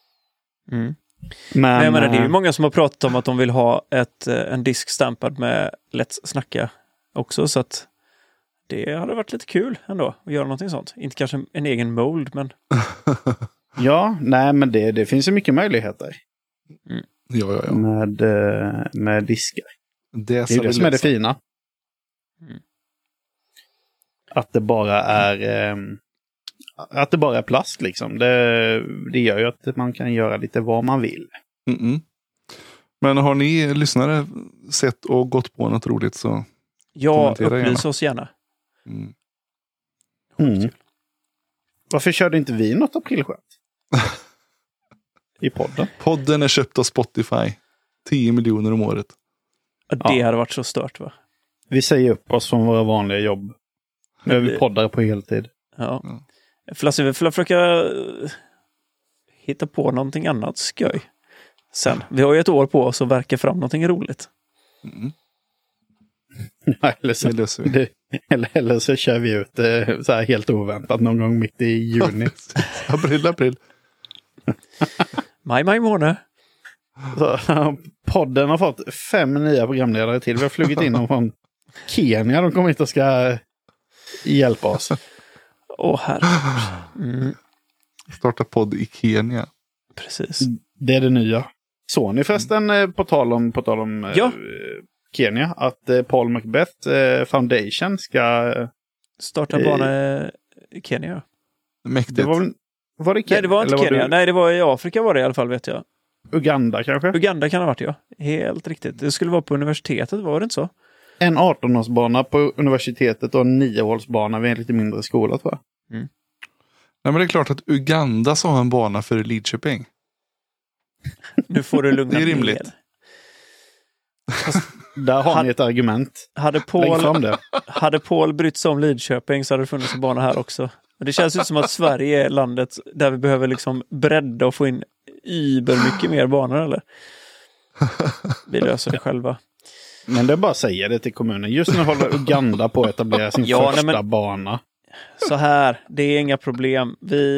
Men jag menar, det är ju många som har pratat om att de vill ha en disk stampad med Let's Snacka också, så att det hade varit lite kul ändå att göra någonting sånt. Inte kanske en egen mold, men... Ja, nej, men det finns ju mycket möjligheter. Ja. Med diskar. Det är det som är det fina. Att det bara är plast liksom. Det gör ju att man kan göra lite vad man vill. Men har ni lyssnare sett och gått på något roligt så upplys oss gärna. Varför körde inte vi något aprilskämt? I podden? Podden är köpt av Spotify. 10 miljoner om året. Det hade varit så stört, va? Vi säger upp oss från våra vanliga jobb. Nu är vi poddare på heltid. Ja. Flasse, vi får försöka hitta på någonting annat skoj. Sen, vi har ju ett år på oss att verka fram någonting roligt. Eller så kör vi ut så här helt oväntat någon gång mitt i juni. April. Maj månad. Så, podden har fått 5 nya programledare till. Vi har flugit in dem från Kenya. De kommer inte och ska hjälpa oss. Herregud. Starta podd i Kenya. Precis. Det är det nya. Sony förresten, på tal om Kenya att Paul Macbeth Foundation ska starta bana i Kenya. Mäktigt. Det var det Kenya? Nej, det var inte Kenya. Nej, det var i Afrika var det i alla fall, vet jag. Uganda kanske? Uganda kan ha varit, ja. Helt riktigt. Det skulle vara på universitetet, var det inte så? En 18-hålsbana på universitetet och en 9-hålsbana vid en lite mindre skola, tror jag. Nej, men det är klart att Uganda så har en bana för Lidköping. Nu får du lugna Det är rimligt. ner. Där har ni ett argument. Hade Paul brytt sig om Lidköping så hade det funnits en bana här också. Det känns ju som att Sverige är landet där vi behöver liksom bredda och få in mycket mer banor, eller? Vi löser det själva. Men det är bara att säga det till kommunen. Just nu håller Uganda på att etablera sin första bana. Så här, det är inga problem.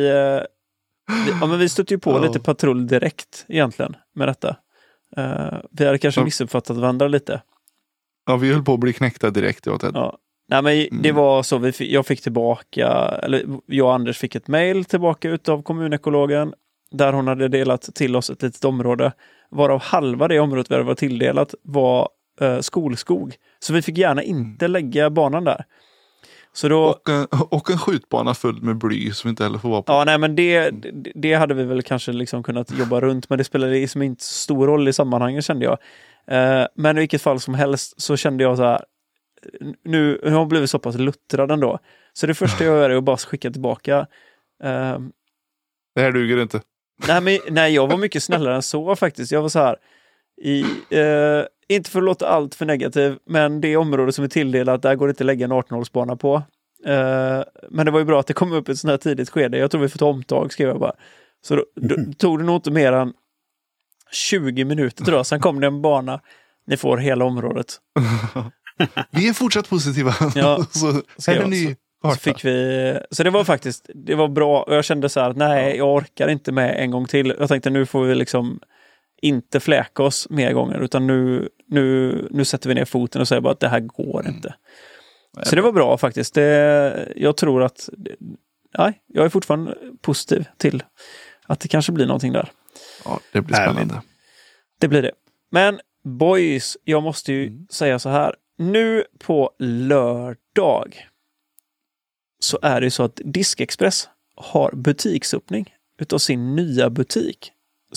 Vi stötte ju på lite patrull direkt egentligen med detta. Vi hade kanske missuppfattat varandra lite. Ja, vi höll på att bli knäckta direkt. Ja. Nej, men det var så, jag fick tillbaka, eller jag och Anders fick ett mejl tillbaka utav kommunekologen där hon hade delat till oss ett litet område, varav halva det området vi hade varit tilldelat var skolskog. Så vi fick gärna inte lägga banan där. Så då, och en skjutbana full med bly som inte heller får vara på. Ja, nej, men det hade vi väl kanske liksom kunnat jobba runt, men det spelade liksom inte så stor roll i sammanhanget, kände jag. Men i vilket fall som helst så kände jag så här, nu har jag blivit så pass luttrad ändå. Så det första jag gör är att bara skicka tillbaka. Det här duger inte. Nej, jag var mycket snällare än så faktiskt. Jag var så här, inte för att låta allt för negativ, men det område som är tilldelat, där går det inte att lägga en 18-hålsbana på. Men det var ju bra att det kom upp ett sånt här tidigt skede. Jag tror vi får ta omtag, skrev jag bara. Så då tog det nog inte mer än 20 minuter, tror jag. Sen kom det en bana. Ni får hela området. Vi är fortsatt positiva. Ja, så här är ny så det var faktiskt, det var bra. Och jag kände så här, nej, jag orkar inte med en gång till. Jag tänkte, nu får vi liksom inte fläka oss mer gånger, utan nu sätter vi ner foten och säger bara att det här går inte. Så det var bra faktiskt. Jag tror att jag är fortfarande positiv till att det kanske blir någonting där. Ja, det blir spännande. Det blir det. Men boys, jag måste ju säga så här. Nu på lördag så är det så att Diskexpress har butiksöppning utav sin nya butik.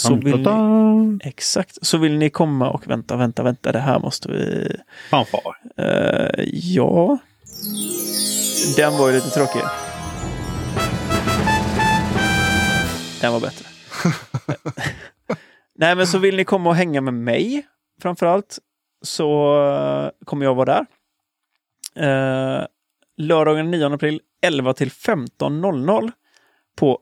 Så vill ni komma och vänta, det här måste vi... Fanfar. Ja. Den var ju lite tråkig. Den var bättre. Nej, men så vill ni komma och hänga med mig framförallt, så kommer jag vara där. Lördagen 9 april 11 till 15:00 på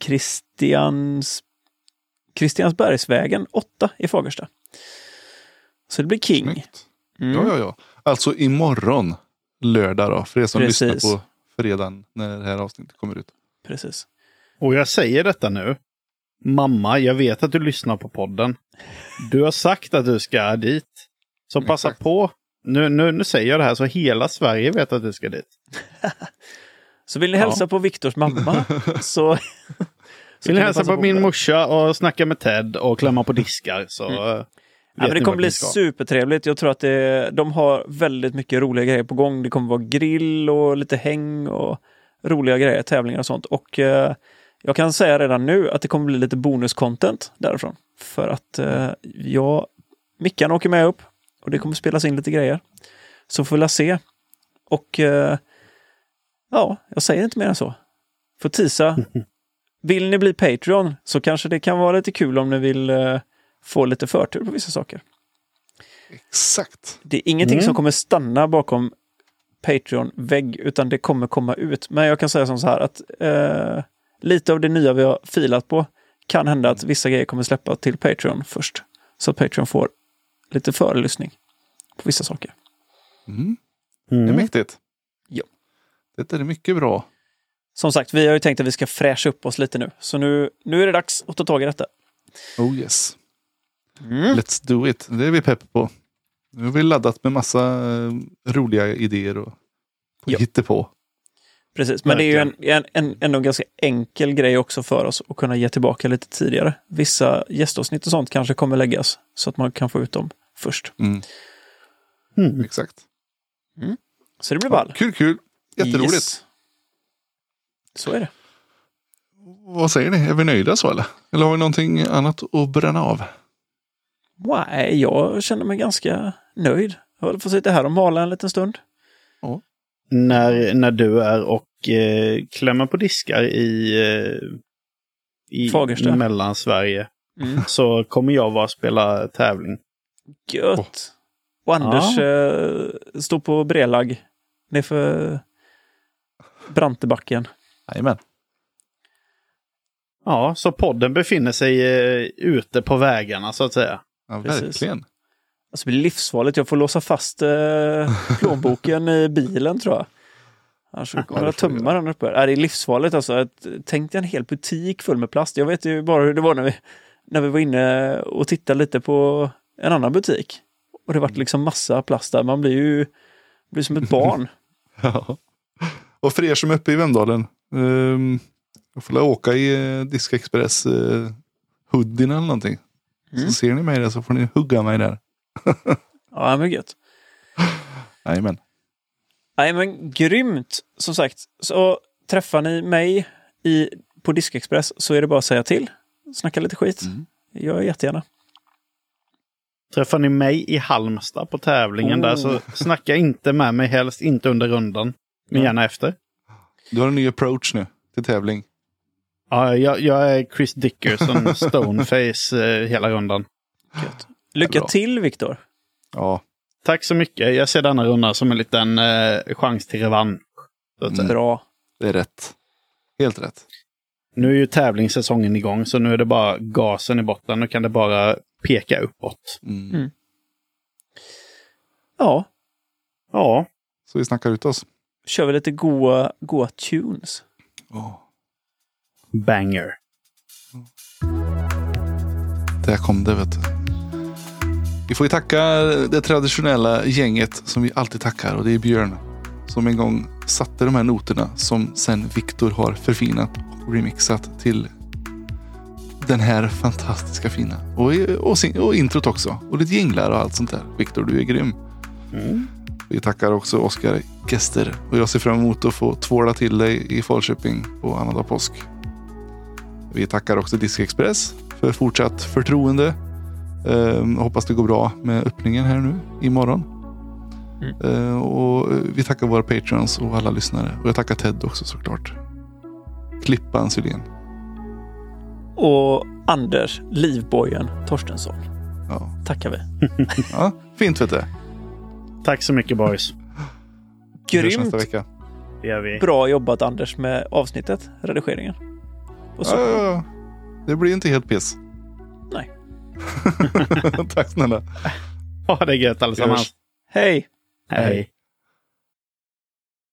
Kristiansbergsvägen 8 i Fagersta. Så det blir king. Ja. Alltså imorgon lördag då, för er som Precis. lyssnar på fredagen när det här avsnittet kommer ut. Precis. Och jag säger detta nu. Mamma, jag vet att du lyssnar på podden. Du har sagt att du ska dit. Så passa på. Nu säger jag det här så hela Sverige vet att du ska dit. Så vill ni hälsa på Viktors mamma så vill ni hälsa på min morsa och snacka med Ted och klämma på diskar så men det kommer bli supertrevligt. Jag tror att de har väldigt mycket roliga grejer på gång. Det kommer vara grill och lite häng och roliga grejer, tävlingar och sånt. Och jag kan säga redan nu att det kommer bli lite bonus-content därifrån. För att Mickan åker med upp och det kommer spelas in lite grejer. Så får vi se. Och jag säger inte mer än så. Får tisa. Vill ni bli Patreon så kanske det kan vara lite kul om ni vill få lite förtur på vissa saker. Exakt. Det är ingenting som kommer stanna bakom Patreon-vägg, utan det kommer komma ut. Men jag kan säga som så här att lite av det nya vi har filat på kan hända att vissa grejer kommer släppa till Patreon först. Så att Patreon får lite förlyssning på vissa saker. Det är mäktigt. Ja. Det är mycket bra. Som sagt, vi har ju tänkt att vi ska fräscha upp oss lite nu. Så nu är det dags att ta tag i detta. Oh yes. Let's do it. Det är vi pepp på. Nu har vi laddat med massa roliga idéer och hittepå. Precis, men det är ju ändå en ganska enkel grej också för oss att kunna ge tillbaka lite tidigare. Vissa gästavsnitt och sånt kanske kommer läggas så att man kan få ut dem först. Exakt. Så det blir ball. Kul. Jätteroligt. Yes. Så är det. Vad säger ni? Är vi nöjda så eller? Eller har vi någonting annat att bränna av? Nej, jag känner mig ganska nöjd. Jag håller på att sitta här och mala en liten stund. Ja. När du är och klämmer på diskar i Fagersta. Mellansverige så kommer jag vara och spela tävling. Gött. Och Anders står på brelag nerför Brantebacken. Jajamän. Ja, så podden befinner sig ute på vägarna så att säga. Ja, Precis. verkligen. Alltså det blir livsfarligt. Jag får låsa fast plånboken i bilen tror jag. Annars kommer jag tömma den uppe. Det är livsfarligt alltså. Tänk dig en hel butik full med plast. Jag vet ju bara hur det var när vi var inne och tittade lite på en annan butik. Och det var liksom massa plast där. Man blir som ett barn. Ja. Och för er som är uppe i Vemdalen. Jag får åka i Diskexpress hoodien eller någonting. Så ser ni mig där så får ni hugga mig där. Ja, men gött. Jajamän. Nej, men grymt. Som sagt, så träffar ni mig på Diskexpress så är det bara att säga till. Snacka lite skit. Jag är jättegärna. Träffar ni mig i Halmstad på tävlingen där så snacka inte med mig, helst inte under rundan. Men gärna efter. Du har en ny approach nu till tävling. Ja, jag är Chris Dickerson, Stoneface hela rundan. Gött. Lycka till, Viktor. Ja. Tack så mycket. Jag ser denna runda som en liten chans till revansch. Bra. Det är rätt. Helt rätt. Nu är ju tävlingssäsongen igång så nu är det bara gasen i botten. Nu kan det bara peka uppåt. Ja. Ja. Så vi snackar ut oss. Kör vi lite goa tunes. Banger. Där kom det, vet du. Vi får ju tacka det traditionella gänget som vi alltid tackar. Och det är Björn som en gång satte de här noterna som sen Viktor har förfinat och remixat till den här fantastiska fina. Och introt också. Och lite jinglar och allt sånt där. Viktor, du är grym. Vi tackar också Oskar Gester. Och jag ser fram emot att få tvåla till dig i Falköping på annandag påsk. Vi tackar också Diskexpress för fortsatt förtroende. Hoppas det går bra med öppningen här nu imorgon. Och vi tackar våra patrons och alla lyssnare. Och jag tackar Ted också såklart. Klippan Sylén. Och Anders, Livbojen Torstensson. Ja. Tackar vi. Ja, fint vet du. Tack så mycket boys. Grymt. Nästa vecka. Det gör vi. Bra jobbat Anders med avsnittet, redigeringen. Och så. Ja. Det blir inte helt piss. Nej. Tack snälla. Ha det gött allesammans. Hej. Hej.